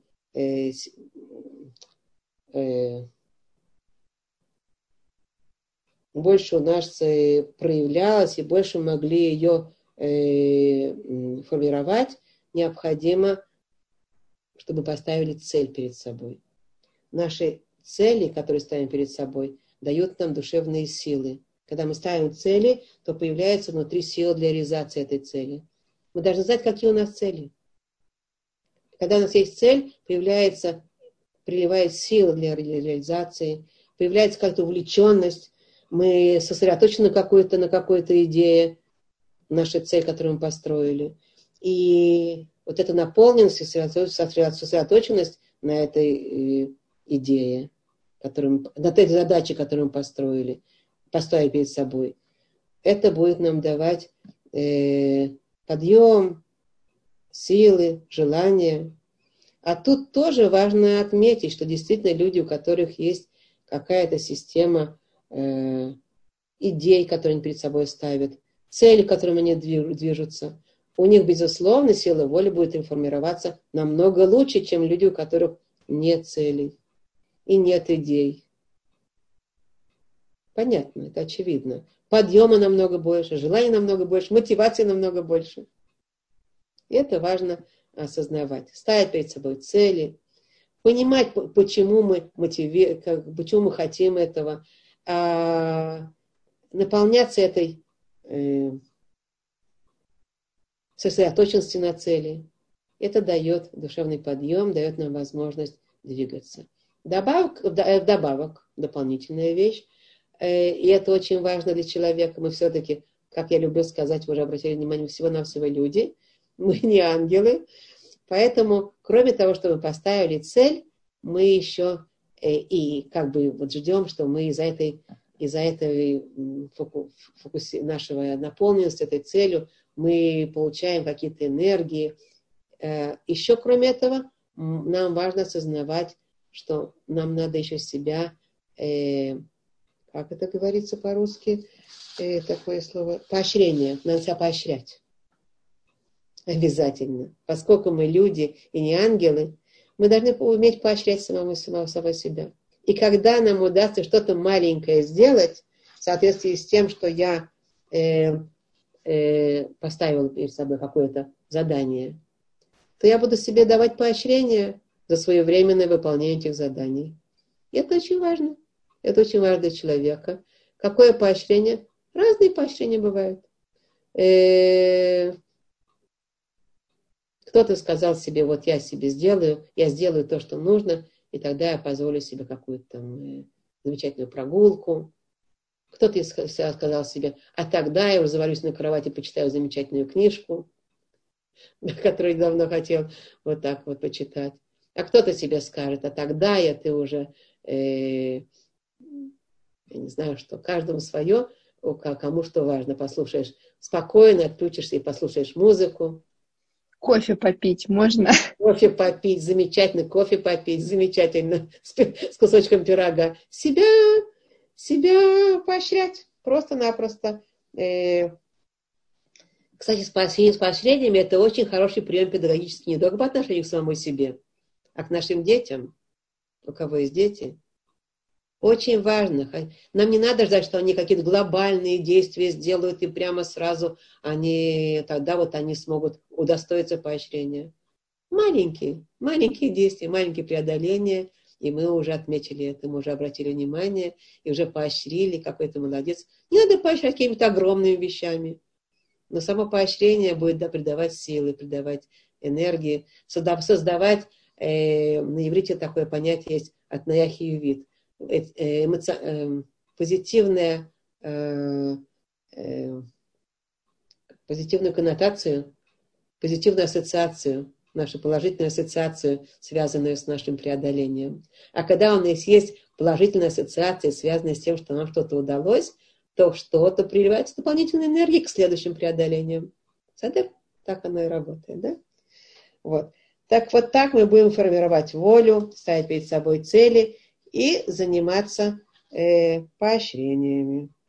больше у нас проявлялась и больше могли ее формировать, необходимо, чтобы поставили цель перед собой. Наши цели, которые ставим перед собой, дают нам душевные силы. Когда мы ставим цели, то появляется внутри сила для реализации этой цели. Мы должны знать, какие у нас цели. Когда у нас есть цель, приливает сила для реализации, появляется какая-то увлеченность, мы сосредоточены на какой-то идее, наша цель, которую мы построили. И вот эта наполненность, сосредоточенность на этой идее, на этой задаче, которую мы поставили перед собой, это будет нам давать подъем, силы, желания. А тут тоже важно отметить, что действительно люди, у которых есть какая-то система идей, которые они перед собой ставят, цели, к которым они движутся, у них, безусловно, сила воли будет информироваться намного лучше, чем люди, у которых нет целей и нет идей. Понятно, это очевидно. Подъема намного больше, желания намного больше, мотивации намного больше. И это важно осознавать. Ставить перед собой цели, понимать, почему мы хотим этого, наполняться этой сосредоточенности на цели. Это дает душевный подъем, дает нам возможность двигаться. Вдобавок, дополнительная вещь, и это очень важно для человека. Мы все-таки, как я люблю сказать, вы уже обратили внимание, всего-навсего люди, мы не ангелы. Поэтому, кроме того, что мы поставили цель, мы еще ждем, что мы из-за этой нашего наполненности этой целью мы получаем какие-то энергии. Еще, кроме этого, нам важно осознавать, что нам надо еще себя, как это говорится по-русски, такое слово, поощрение. Надо себя поощрять. Обязательно. Поскольку мы люди и не ангелы, мы должны уметь поощрять самого себя. И когда нам удастся что-то маленькое сделать, в соответствии с тем, что я поставил перед собой какое-то задание, то я буду себе давать поощрение за своевременное выполнение этих заданий. И это очень важно. Это очень важно для человека. Какое поощрение? Разные поощрения бывают. Кто-то сказал себе, вот я сделаю то, что нужно, и тогда я позволю себе какую-то там замечательную прогулку. Кто-то сказал себе, а тогда я уже завалюсь на кровати, почитаю замечательную книжку, которую я давно хотел вот так вот почитать. А кто-то себе скажет, а тогда ты уже, я не знаю что, каждому свое, кому что важно, послушаешь спокойно, отключишься и послушаешь музыку. Кофе попить можно? Кофе попить, замечательно, кофе попить, замечательно, с кусочком пирога. Себя поощрять, просто-напросто. Кстати, с поощрениями это очень хороший прием педагогический, не только по отношению к самому себе, а к нашим детям, у кого есть дети. Очень важно. Нам не надо ждать, что они какие-то глобальные действия сделают, и прямо сразу тогда они смогут удостоиться поощрения. Маленькие действия, маленькие преодоления, и мы уже отметили это, мы уже обратили внимание, и уже поощрили, какой ты молодец. Не надо поощрять какими-то огромными вещами. Но само поощрение будет, да, придавать силы, придавать энергии, создавать, на иврите такое понятие есть, атнаяхиювит, позитивное, позитивную коннотацию, позитивную ассоциацию, нашу положительную ассоциацию, связанную с нашим преодолением. А когда у нас есть положительная ассоциация, связанная с тем, что нам что-то удалось, то что-то приливается дополнительной энергии к следующим преодолениям. Так оно и работает, да? Вот. Так вот так мы будем формировать волю, ставить перед собой цели и заниматься поощрениями.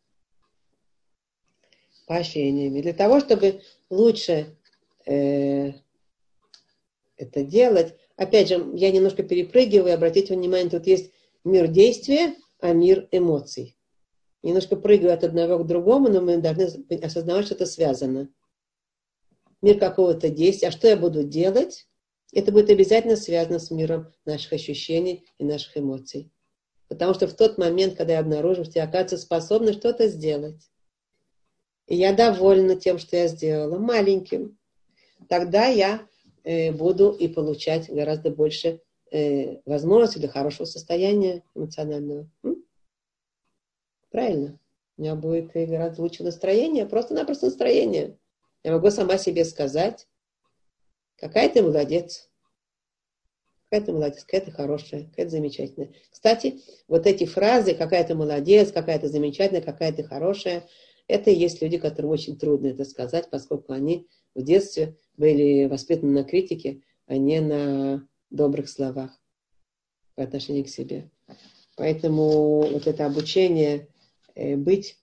Для того, чтобы лучше это делать, опять же, я немножко перепрыгиваю, обратите внимание, тут есть мир действия, а мир эмоций. Немножко прыгаю от одного к другому, но мы должны осознавать, что это связано. Мир какого-то действия, а что я буду делать, это будет обязательно связано с миром наших ощущений и наших эмоций. Потому что в тот момент, когда я обнаружу, что я, оказывается, способна что-то сделать, и я довольна тем, что я сделала, маленьким, тогда я буду и получать гораздо больше возможностей для хорошего состояния эмоционального. Правильно? У меня будет гораздо лучше настроение, просто-напросто настроение. Я могу сама себе сказать, какая ты молодец, какая ты хорошая, какая ты замечательная. Кстати, вот эти фразы, какая ты молодец, какая ты замечательная, какая ты хорошая, это и есть люди, которым очень трудно это сказать, поскольку они в детстве были воспитаны на критике, а не на добрых словах по отношению к себе. Поэтому вот это обучение быть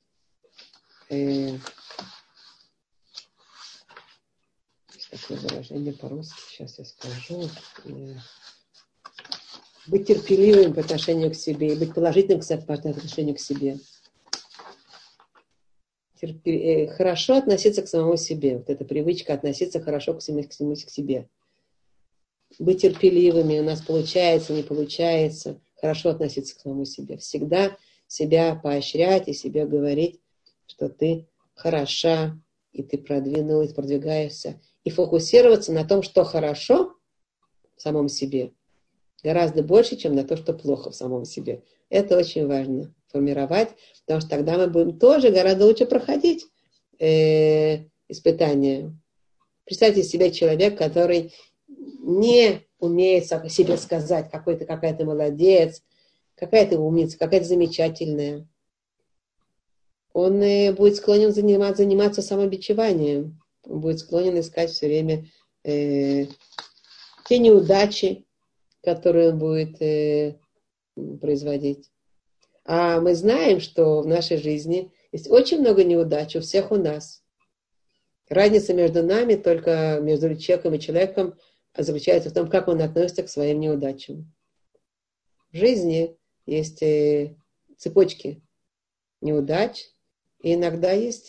такое выражение по-русски, сейчас я скажу. Быть терпеливым по отношению к себе, быть положительным по отношению к себе. Хорошо относиться к самому себе. Вот эта привычка относиться хорошо к себе. Быть терпеливыми, у нас получается, не получается. Хорошо относиться к самому себе. Всегда себя поощрять и себе говорить, что ты хороша, и ты продвинулась, продвигаешься. И фокусироваться на том, что хорошо в самом себе, гораздо больше, чем на то, что плохо в самом себе. Это очень важно формировать, потому что тогда мы будем тоже гораздо лучше проходить испытания. Представьте себе человек, который не умеет себе сказать, какая ты молодец, какая ты умница, какая ты замечательная. Он будет склонен заниматься самобичеванием. Он будет склонен искать все время те неудачи, которые он будет производить. А мы знаем, что в нашей жизни есть очень много неудач у всех у нас. Разница между нами, только между человеком и человеком, заключается в том, как он относится к своим неудачам. В жизни есть цепочки неудач, и иногда есть,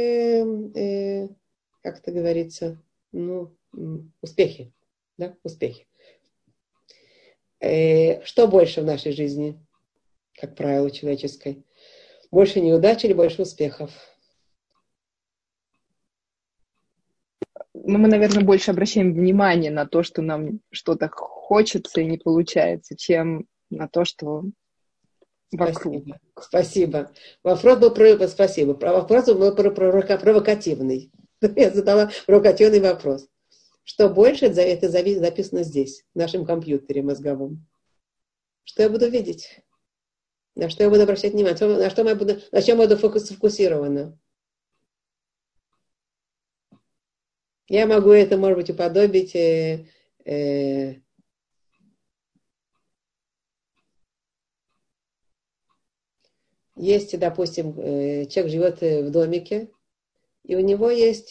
как это говорится, успехи. Да? Успехи. Что больше в нашей жизни, как правило, человеческой? Больше неудач или больше успехов? Мы, наверное, больше обращаем внимание на то, что нам что-то хочется и не получается, чем на то, что вокруг. Спасибо. Вопрос был провокативный. Я задала провокативный вопрос. Что больше, это записано здесь, в нашем компьютере мозговом. Что я буду видеть? На что я буду обращать внимание? На чем я буду сфокусирована? Я могу это, может быть, уподобить есть, допустим, человек живет в домике, и у него есть,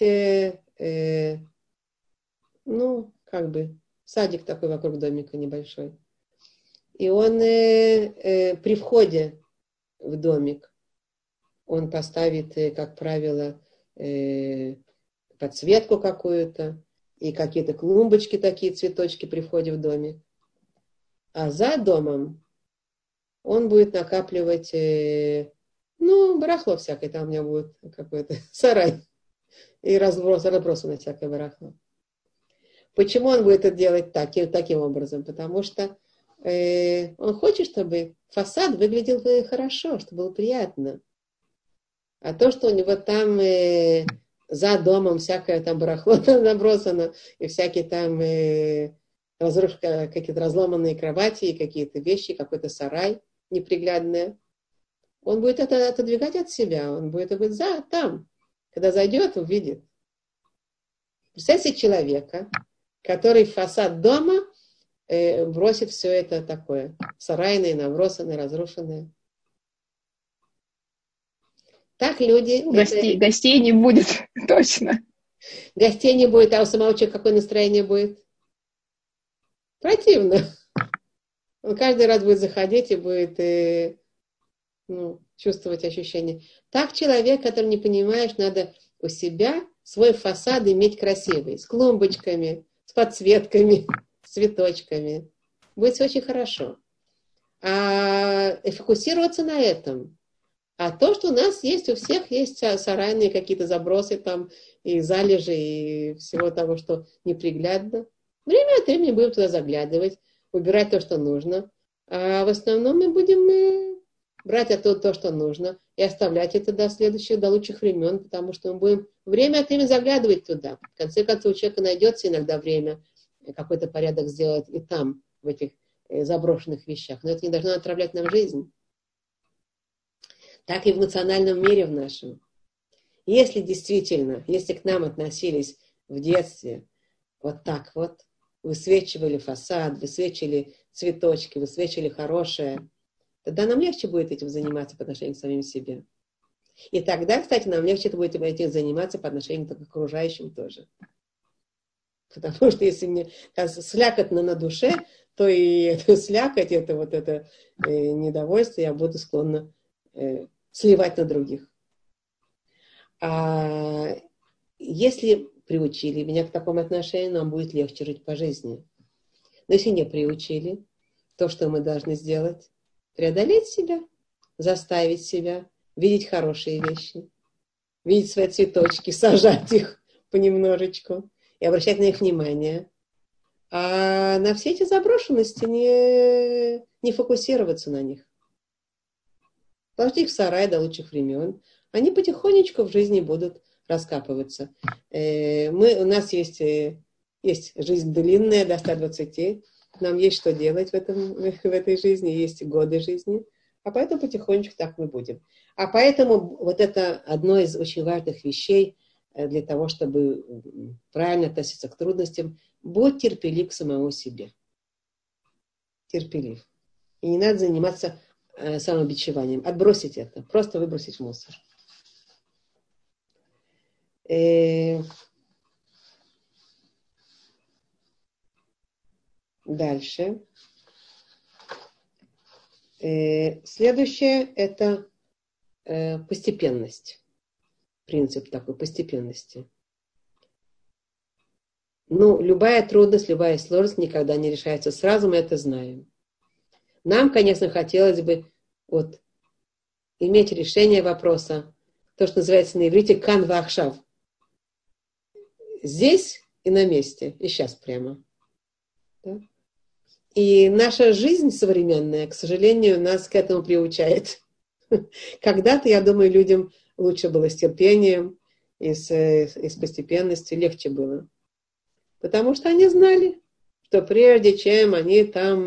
садик такой вокруг домика небольшой. И он при входе в домик, он поставит, как правило, подсветку какую-то и какие-то клумбочки, такие цветочки при входе в домик. А за домом он будет накапливать, барахло всякое, там у меня будет какой-то сарай. и разбросано всякое барахло. Почему он будет это делать таким образом? Потому что он хочет, чтобы фасад выглядел хорошо, чтобы было приятно. А то, что у него там за домом всякое там барахло набросано, и всякие там какие-то разломанные кровати, и какие-то вещи, какой-то сарай неприглядный, он будет это отодвигать от себя, он будет там. Когда зайдет, увидит. Представьте человека, который в фасад дома бросит все это такое, сарайное, набросанное, разрушенное. Так люди... Гостей не будет, точно. Гостей не будет, а у самого человека какое настроение будет? Противно. Он каждый раз будет заходить и будет чувствовать ощущение. Так человек, который не понимаешь, надо у себя свой фасад иметь красивый, с клумбочками, с подсветками, с цветочками. Будет все очень хорошо. И фокусироваться на этом. А то, что у нас есть, у всех есть сарайные какие-то забросы там, и залежи, и всего того, что неприглядно. Время от времени будем туда заглядывать, убирать то, что нужно. А в основном мы будем брать оттуда то, что нужно, и оставлять это до лучших времен, потому что мы будем время от времени заглядывать туда. В конце концов, у человека найдется иногда время какой-то порядок сделать и там, в этих заброшенных вещах. Но это не должно отравлять нам жизнь. Так и в эмоциональном мире в нашем. Если к нам относились в детстве вот так вот, высвечивали фасад, высвечивали цветочки, высвечивали хорошее, тогда нам легче будет этим заниматься по отношению к самим себе. И тогда, кстати, нам легче будет этим заниматься по отношению к окружающим тоже. Потому что если мне слякотно на душе, то и слякоть, это недовольство я буду склонна сливать на других. А если приучили меня к такому отношению, нам будет легче жить по жизни. Но если не приучили, то, что мы должны сделать, преодолеть себя, заставить себя видеть хорошие вещи, видеть свои цветочки, сажать их понемножечку и обращать на них внимание. А на все эти заброшенности не фокусироваться на них. Положить их в сарай до лучших времен. Они потихонечку в жизни будут раскапываться. У нас есть жизнь длинная, до 120. Нам есть что делать в этой жизни, есть годы жизни. А поэтому потихонечку так мы будем. А поэтому вот это одно из очень важных вещей для того, чтобы правильно относиться к трудностям. Будь терпелив к самому себе. Терпелив. И не надо заниматься самобичеванием. Отбросить это. Просто выбросить в мусор. Дальше. Следующее это постепенность. Принцип такой постепенности. Любая трудность, любая сложность никогда не решается сразу, мы это знаем. Нам, конечно, хотелось бы иметь решение вопроса, то, что называется на иврите кан вахшав. Здесь и на месте, и сейчас прямо. Да? И наша жизнь современная, к сожалению, нас к этому приучает. Когда-то, я думаю, людям лучше было с терпением и с постепенностью, легче было. Потому что они знали, что прежде чем они там,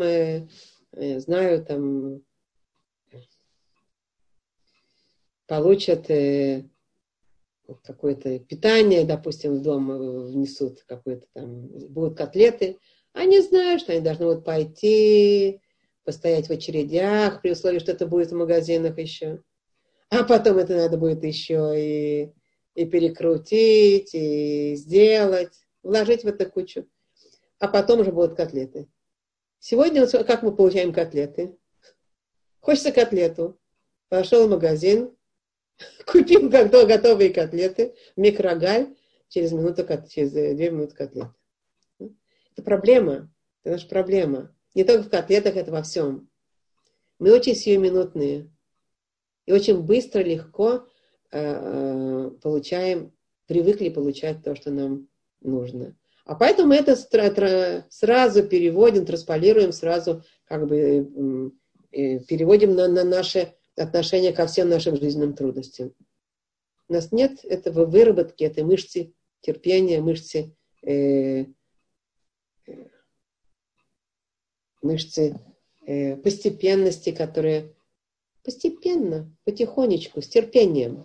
получат какое-то питание, допустим, в дом внесут какое-то там, будут котлеты, они знают, что они должны пойти, постоять в очередях, при условии, что это будет в магазинах еще. А потом это надо будет еще и перекрутить, и сделать, вложить в эту кучу. А потом уже будут котлеты. Сегодня, как мы получаем котлеты? Хочется котлету. Пошел в магазин, купил готовые котлеты, микрогаль, через 2 минуты котлеты. Это проблема. Это наша проблема. Не только в котлетах, это во всем. Мы очень сиюминутные. И очень быстро, легко получаем привыкли получать то, что нам нужно. А поэтому мы это сразу переводим, трансполируем, сразу как бы переводим на наше отношение ко всем нашим жизненным трудностям. У нас нет этого выработки, этой мышцы терпения, мышцы постепенности, которые постепенно, потихонечку, с терпением.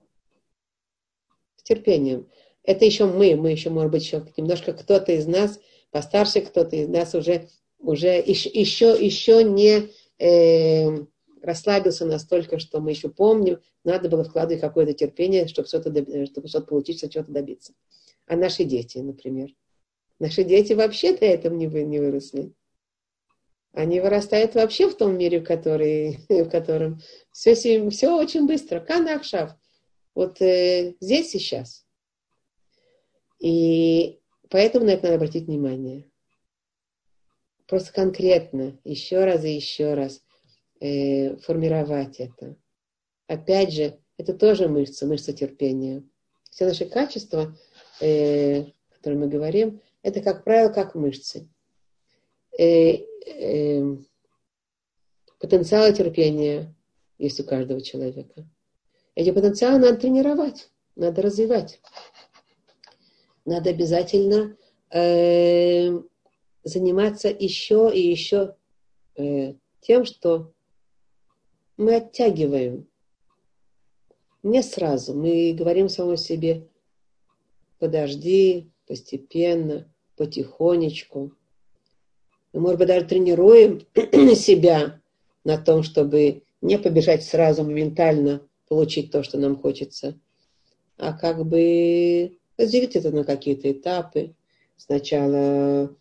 С терпением. Это еще мы еще, может быть, еще немножко кто-то из нас, постарше кто-то из нас уже еще не расслабился настолько, что мы еще помним, надо было вкладывать какое-то терпение, чтобы что-то получить, чтобы чего-то добиться. А наши дети, например. Наши дети вообще до этого не выросли. Они вырастают вообще в том мире, в котором все очень быстро. Канахшав. Вот здесь и сейчас. И поэтому на это надо обратить внимание. Просто конкретно, еще раз и еще раз формировать это. Опять же, это тоже мышца терпения. Все наши качества, о которых мы говорим, это, как правило, как мышцы. Потенциалы терпения есть у каждого человека. Эти потенциалы надо тренировать, надо развивать. Надо обязательно заниматься еще и еще тем, что мы оттягиваем. Не сразу. Мы говорим самому себе: подожди, постепенно, потихонечку. Мы, может быть, даже тренируем себя на том, чтобы не побежать сразу моментально получить то, что нам хочется, а как бы разделить это на какие-то этапы. Сначала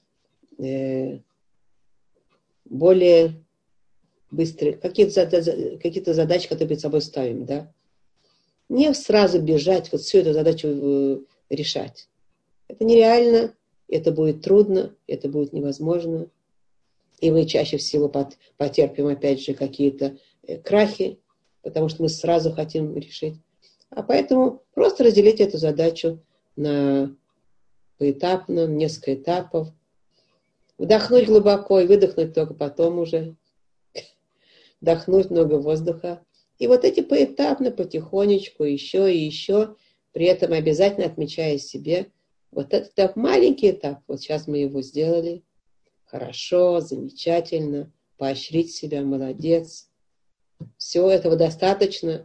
более быстрые, какие-то задачи, которые перед собой ставим, да. Не сразу бежать, вот всю эту задачу решать. Это нереально, это будет трудно, это будет невозможно. И мы чаще всего потерпим, опять же, какие-то крахи, потому что мы сразу хотим решить. А поэтому просто разделить эту задачу поэтапно, несколько этапов. Вдохнуть глубоко и выдохнуть только потом уже. Вдохнуть много воздуха. И вот эти поэтапно, потихонечку, еще и еще, при этом обязательно отмечая себе вот этот этап, маленький этап. Вот сейчас мы его сделали. Хорошо, замечательно. Поощрить себя, молодец. Все этого достаточно.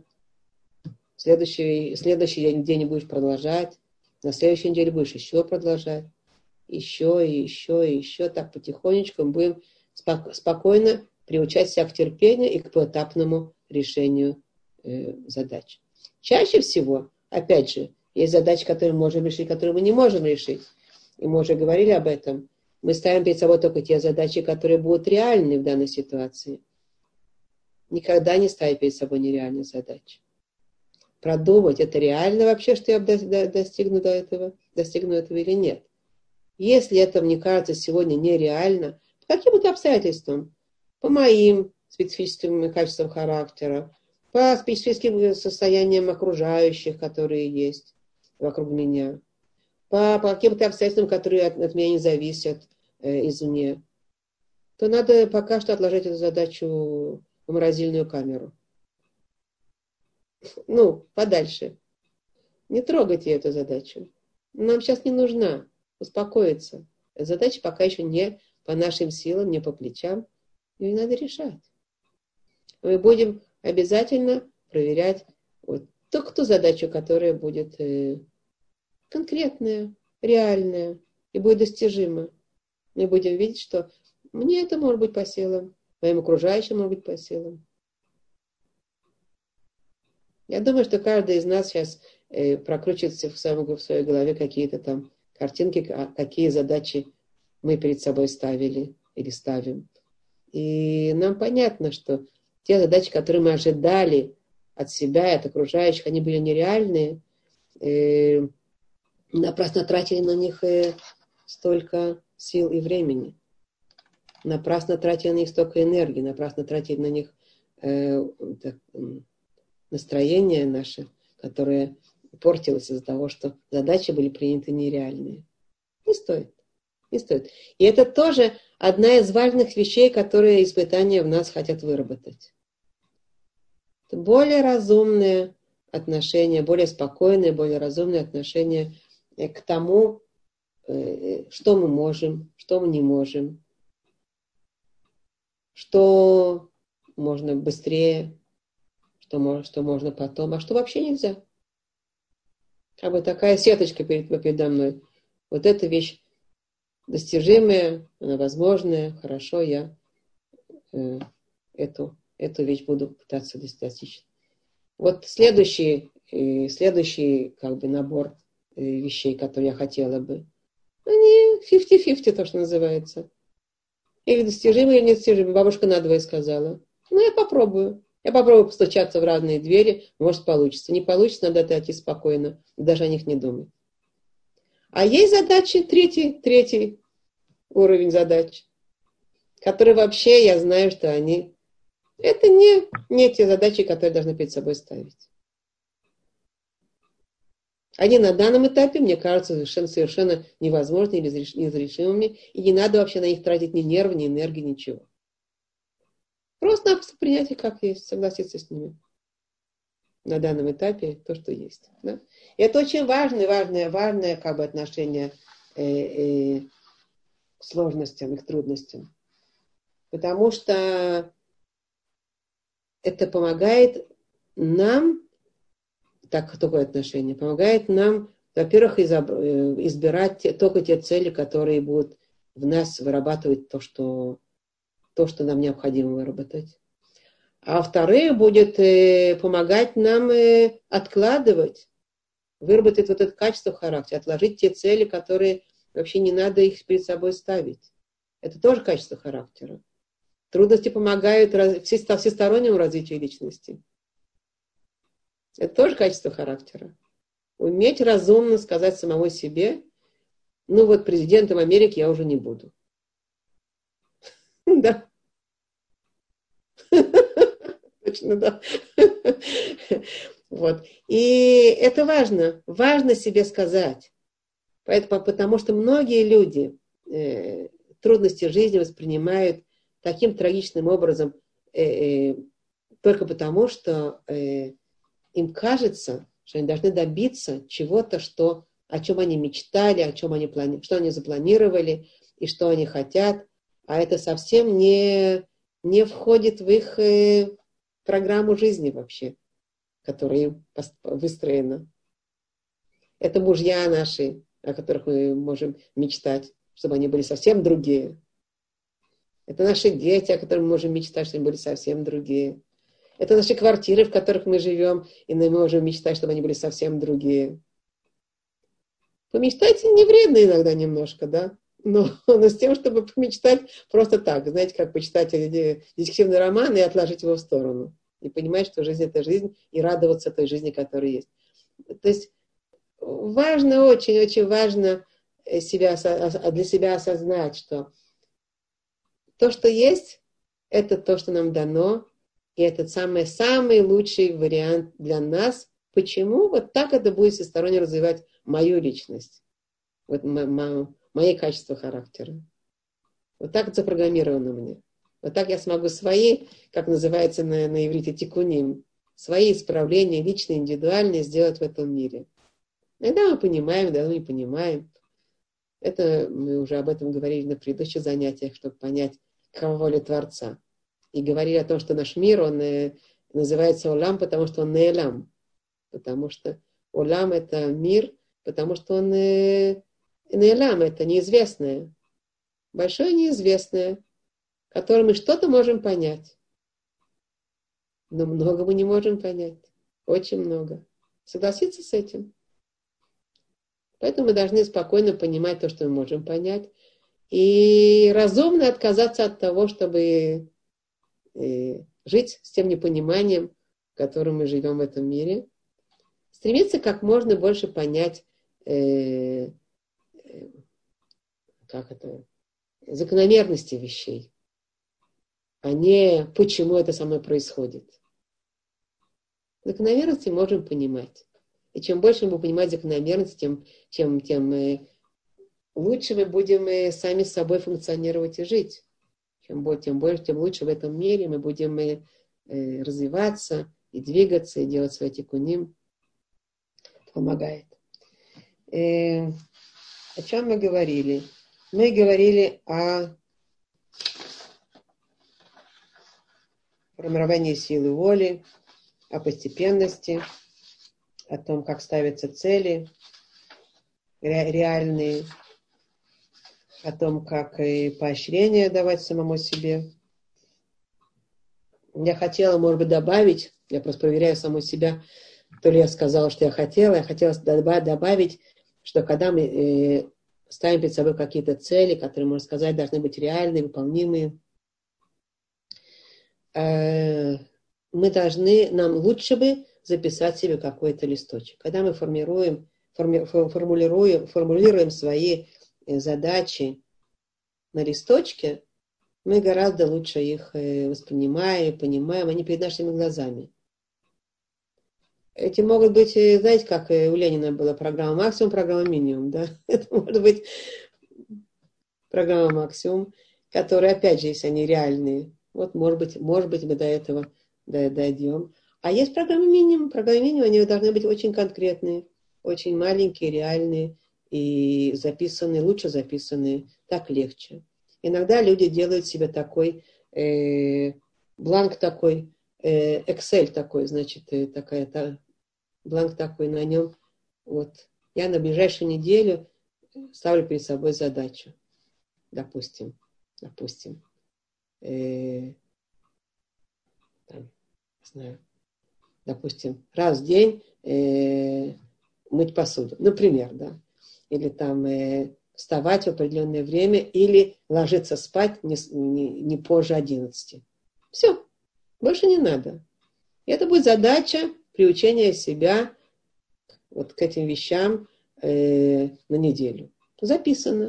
Следующий день будешь продолжать. На следующей неделе будешь еще продолжать. Еще и еще и еще. Так потихонечку мы будем спокойно приучать себя к терпению и к поэтапному решению задач. Чаще всего, опять же, есть задачи, которые мы можем решить, которые мы не можем решить. И мы уже говорили об этом. Мы ставим перед собой только те задачи, которые будут реальны в данной ситуации. Никогда не ставить перед собой нереальные задачи. Продумать, это реально вообще, что я достигну этого или нет. Если это, мне кажется, сегодня нереально, по каким-то обстоятельствам, по моим специфическим качествам характера, по специфическим состояниям окружающих, которые есть вокруг меня, по каким-то обстоятельствам, которые от меня не зависят извне, то надо пока что отложить эту задачу в морозильную камеру. Подальше. Не трогайте эту задачу. Нам сейчас не нужна. Успокоиться. Эта задача пока еще не по нашим силам, не по плечам. Ее надо решать. Мы будем обязательно проверять ту задачу, которая будет конкретная, реальная и будет достижима. Мы будем видеть, что мне это может быть по силам, моим окружающим может быть по силам. Я думаю, что каждый из нас сейчас прокручивает в своей голове какие-то там картинки, какие задачи мы перед собой ставили или ставим. И нам понятно, что те задачи, которые мы ожидали от себя и от окружающих, они были нереальные. Напрасно тратили на них столько сил и времени. Напрасно тратили на них столько энергии, напрасно тратили на них настроение наше, которое портилось из-за того, что задачи были приняты нереальные. Не стоит. Не стоит. И это тоже одна из важных вещей, которые испытания в нас хотят выработать. Это более разумное отношение, более спокойное, более разумное отношение к тому, что мы можем, что мы не можем, что можно быстрее, что можно потом, а что вообще нельзя. Как бы такая сеточка передо мной. Вот эта вещь достижимая, она возможная, хорошо, я эту вещь буду пытаться достичь. Вот следующий как бы набор вещей, которые я хотела бы, они 50-50, то, что называется. Или достижимые, или недостижимые. Бабушка надвое сказала. Ну, я попробую. Я попробую постучаться в разные двери, может, получится. Не получится, надо отойти спокойно, даже о них не думать. А есть задачи, третий уровень задач, которые вообще, я знаю, что это не те задачи, которые должны перед собой ставить. Они на данном этапе, мне кажутся, совершенно невозможными, неразрешимыми, и не надо вообще на них тратить ни нервы, ни энергии, ничего. Просто-напросто принять их как есть, согласиться с ними. На данном этапе то, что есть. Да? И это очень важное как бы отношение к сложностям, к трудностям. Потому что это помогает нам, такое отношение, помогает нам, во-первых, избирать только те цели, которые будут в нас вырабатывать то, что нам необходимо выработать. А во-вторых, будет помогать нам откладывать, выработать вот это качество характера, отложить те цели, которые вообще не надо их перед собой ставить. Это тоже качество характера. Трудности помогают всестороннему развитию личности. Это тоже качество характера. Уметь разумно сказать самому себе, ну вот президентом Америки я уже не буду. Да. Точно, да. Вот. И это важно. Важно себе сказать. Потому что многие люди трудности жизни воспринимают таким трагичным образом только потому, что им кажется, что они должны добиться чего-то, о чем они мечтали, о чем что они запланировали и что они хотят, а это совсем не входит в их программу жизни вообще, которая им выстроена. Это мужья наши, о которых мы можем мечтать, чтобы они были совсем другие. Это наши дети, о которых мы можем мечтать, чтобы они были совсем другие. Это наши квартиры, в которых мы живем, и мы можем мечтать, чтобы они были совсем другие. Помечтайте не вредно иногда немножко, да? Но с тем, чтобы помечтать просто так. Знаете, как почитать детективный роман и отложить его в сторону. И понимать, что жизнь — это жизнь, и радоваться той жизни, которая есть. То есть важно, очень-очень важно для себя осознать, что то, что есть, это то, что нам дано, и это самый лучший вариант для нас. Почему? Вот так это будет всесторонне развивать мою личность, вот мои качества характера. Вот так это запрограммировано мне. Вот так я смогу свои, как называется на иврите, тикуним, свои исправления, личные, индивидуальные, сделать в этом мире. Иногда мы понимаем, иногда мы не понимаем. Это мы уже об этом говорили на предыдущих занятиях, чтобы понять, какова воля Творца. И говорили о том, что наш мир, он называется Олам, потому что он неэлам. Потому что Олам — это мир, потому что он неэлам, это неизвестное. Большое неизвестное, которое мы что-то можем понять. Но много мы не можем понять. Очень много. Согласиться с этим. Поэтому мы должны спокойно понимать то, что мы можем понять. И разумно отказаться от того, чтобы жить с тем непониманием, в котором мы живем в этом мире. Стремиться как можно больше понять закономерности вещей, а не почему это со мной происходит. Закономерности можем понимать. И чем больше мы будем понимать закономерность, тем лучше мы будем сами с собой функционировать и жить. Тем больше, тем лучше в этом мире мы будем развиваться и двигаться, и делать свои тикуним. Помогает. О чем мы говорили? Мы говорили о формировании силы воли, о постепенности, о том, как ставятся цели реальные, о том, как и поощрение давать самому себе. Я хотела, может быть, добавить, я просто проверяю саму себя, то ли я сказала, что я хотела добавить, что когда мы ставим перед собой какие-то цели, которые, можно сказать, должны быть реальные, выполнимые, нам лучше бы записать себе какой-то листочек. Когда мы формулируем свои задачи на листочке, мы гораздо лучше их воспринимаем, понимаем, они перед нашими глазами. Эти могут быть, знаете, как у Ленина была программа «Максимум», программа «Минимум», да? Это может быть программа «Максимум», которая, опять же, если они реальные, вот, может быть, мы до этого дойдем. А есть программа «Минимум». Программа «Минимум», они должны быть очень конкретные, очень маленькие, реальные и записанные, лучше записанные, так легче. Иногда люди делают себе такой бланк такой, Excel такой, значит, бланк такой на нем. Вот. Я на ближайшую неделю ставлю перед собой задачу. Допустим. Допустим, раз в день мыть посуду. Например, да. Или там вставать в определенное время, или ложиться спать не позже 11. Все. Больше не надо. И это будет задача приучения себя вот к этим вещам на неделю. Записано.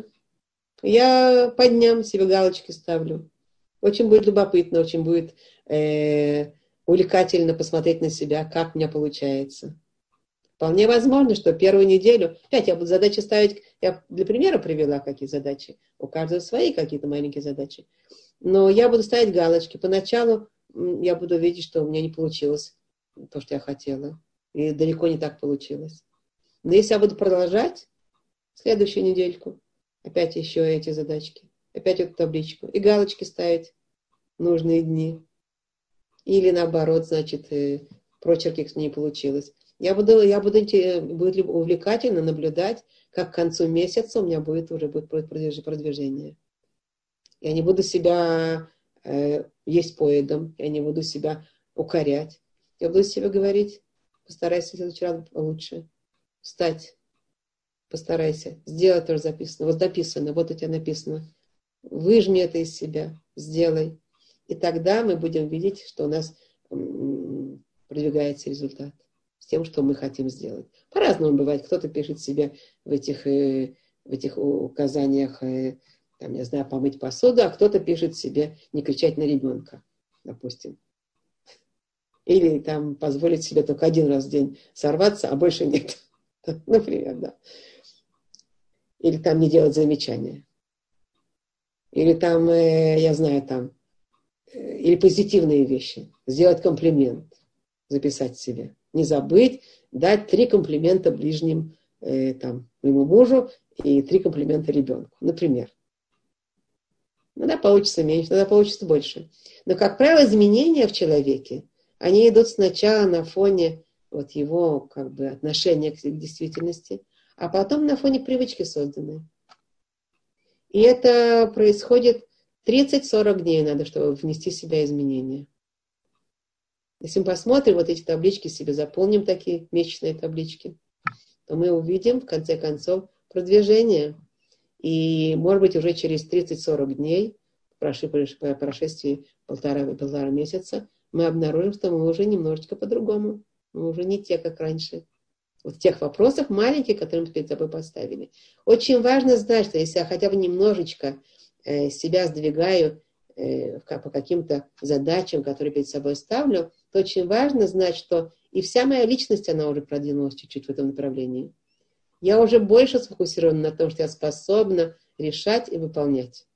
Я по дням себе галочки ставлю. Очень будет любопытно, очень будет увлекательно посмотреть на себя, как у меня получается. Вполне возможно, что первую неделю, опять я буду задачи ставить, я для примера привела какие задачи, у каждого свои какие-то маленькие задачи, но я буду ставить галочки. Поначалу я буду видеть, что у меня не получилось то, что я хотела, и далеко не так получилось. Но если я буду продолжать следующую недельку, опять еще эти задачки, опять эту табличку, и галочки ставить нужные дни, или наоборот, значит, прочерки не получилось. Будет увлекательно наблюдать, как к концу месяца у меня будет продвижение. Я не буду себя есть поедом, я не буду себя укорять. Я буду себе говорить, постарайся в следующий раз лучше. Встать, постарайся, сделать то, что записано. Вот записано, вот у тебя написано. Выжми это из себя, сделай. И тогда мы будем видеть, что у нас продвигается результат с тем, что мы хотим сделать. По-разному бывает. Кто-то пишет себе в этих указаниях, там, я знаю, помыть посуду, а кто-то пишет себе не кричать на ребенка, допустим. Или там позволить себе только один раз в день сорваться, а больше нет. Например, да. Или там не делать замечания. Или там, я знаю, там, или позитивные вещи. Сделать комплимент, записать себе. Не забыть дать 3 комплимента ближним, там, моему мужу и 3 комплимента ребенку, например. Иногда получится меньше, иногда получится больше. Но, как правило, изменения в человеке, они идут сначала на фоне вот его как бы отношения к действительности, а потом на фоне привычки созданной. И это происходит 30-40 дней надо, чтобы внести в себя изменения. Если мы посмотрим вот эти таблички, себе заполним такие месячные таблички, то мы увидим, в конце концов, продвижение. И, может быть, уже через 30-40 дней, по прошествии полтора месяца, мы обнаружим, что мы уже немножечко по-другому. Мы уже не те, как раньше. Вот в тех вопросах маленьких, которые мы перед собой поставили. Очень важно знать, что если я хотя бы немножечко себя сдвигаю по каким-то задачам, которые перед собой ставлю, то очень важно знать, что и вся моя личность, она уже продвинулась чуть-чуть в этом направлении. Я уже больше сфокусирована на том, что я способна решать и выполнять.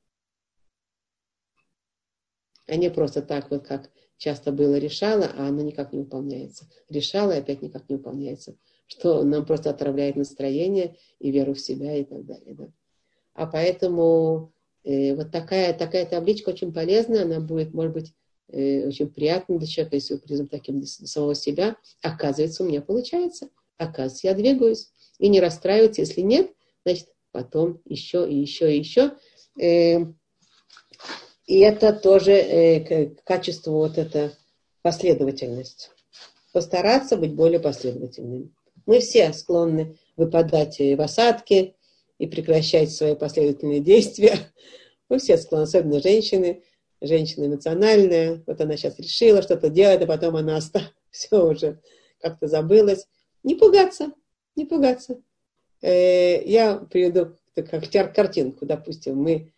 А не просто так вот, как часто было, решала, а оно никак не выполняется. Решала, и опять никак не выполняется. Что нам просто отравляет настроение и веру в себя и так далее. Да? А поэтому вот такая табличка очень полезная, она будет, может быть, очень приятна для человека, если сюрпризом таким для самого себя. Оказывается, у меня получается. Оказывается, я двигаюсь. И не расстраиваться, если нет, значит, потом еще и еще и еще. И это тоже качество, вот эта последовательность. Постараться быть более последовательными. Мы все склонны выпадать в осадки и прекращать свои последовательные действия. Мы все склонны, особенно женщины. Женщина эмоциональная. Вот она сейчас решила что-то делать, а потом она все уже как-то забылась. Не пугаться. Не пугаться. Я приведу как картинку. Допустим, мы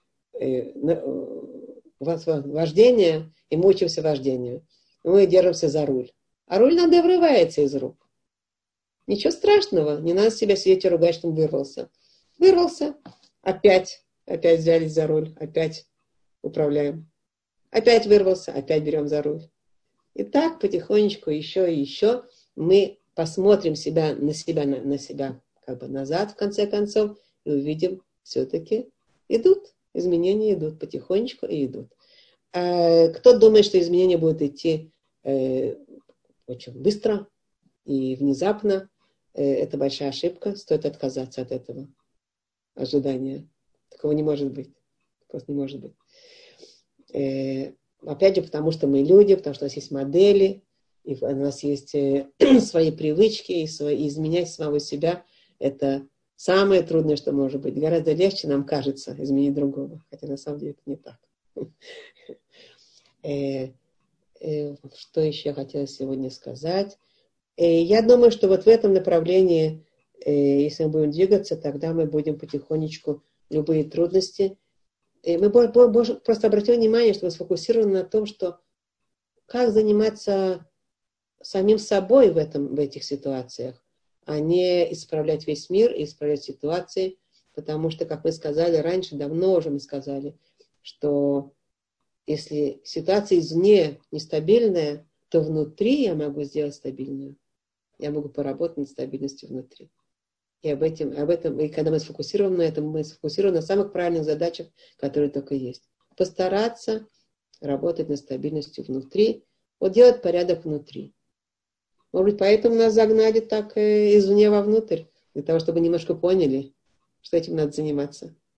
вождение, и мы учимся вождению. Мы держимся за руль. А руль иногда вырывается из рук. Ничего страшного. Не надо себя сидеть и ругать, что он вырвался. Вырвался. Опять взялись за руль. Опять управляем. Опять вырвался. Опять берем за руль. И так потихонечку еще и еще мы посмотрим на себя как бы назад, в конце концов, и увидим, все-таки изменения идут потихонечку и идут. Кто думает, что изменения будут идти очень быстро и внезапно, это большая ошибка, стоит отказаться от этого ожидания. Такого не может быть. Просто не может быть. Опять же, потому что мы люди, потому что у нас есть модели, и у нас есть свои привычки, и изменять самого себя – это самое трудное, что может быть. Гораздо легче, нам кажется, изменить другого, хотя на самом деле это не так. Что еще я хотела сегодня сказать? Я думаю, что вот в этом направлении, если мы будем двигаться, тогда мы будем потихонечку любые трудности. Мы просто обратим внимание, что мы сфокусированы на том, что как заниматься самим собой в этих ситуациях, а не исправлять весь мир и исправлять ситуации, потому что, как мы сказали раньше, давно уже мы сказали, что если ситуация извне нестабильная, то внутри я могу сделать стабильную. Я могу поработать над стабильностью внутри. И об этом, и когда мы сфокусированы на этом, мы сфокусированы на самых правильных задачах, которые только есть. Постараться работать над стабильностью внутри, вот делать порядок внутри. Может быть, поэтому нас загнали так извне вовнутрь, для того, чтобы немножко поняли, что этим надо заниматься.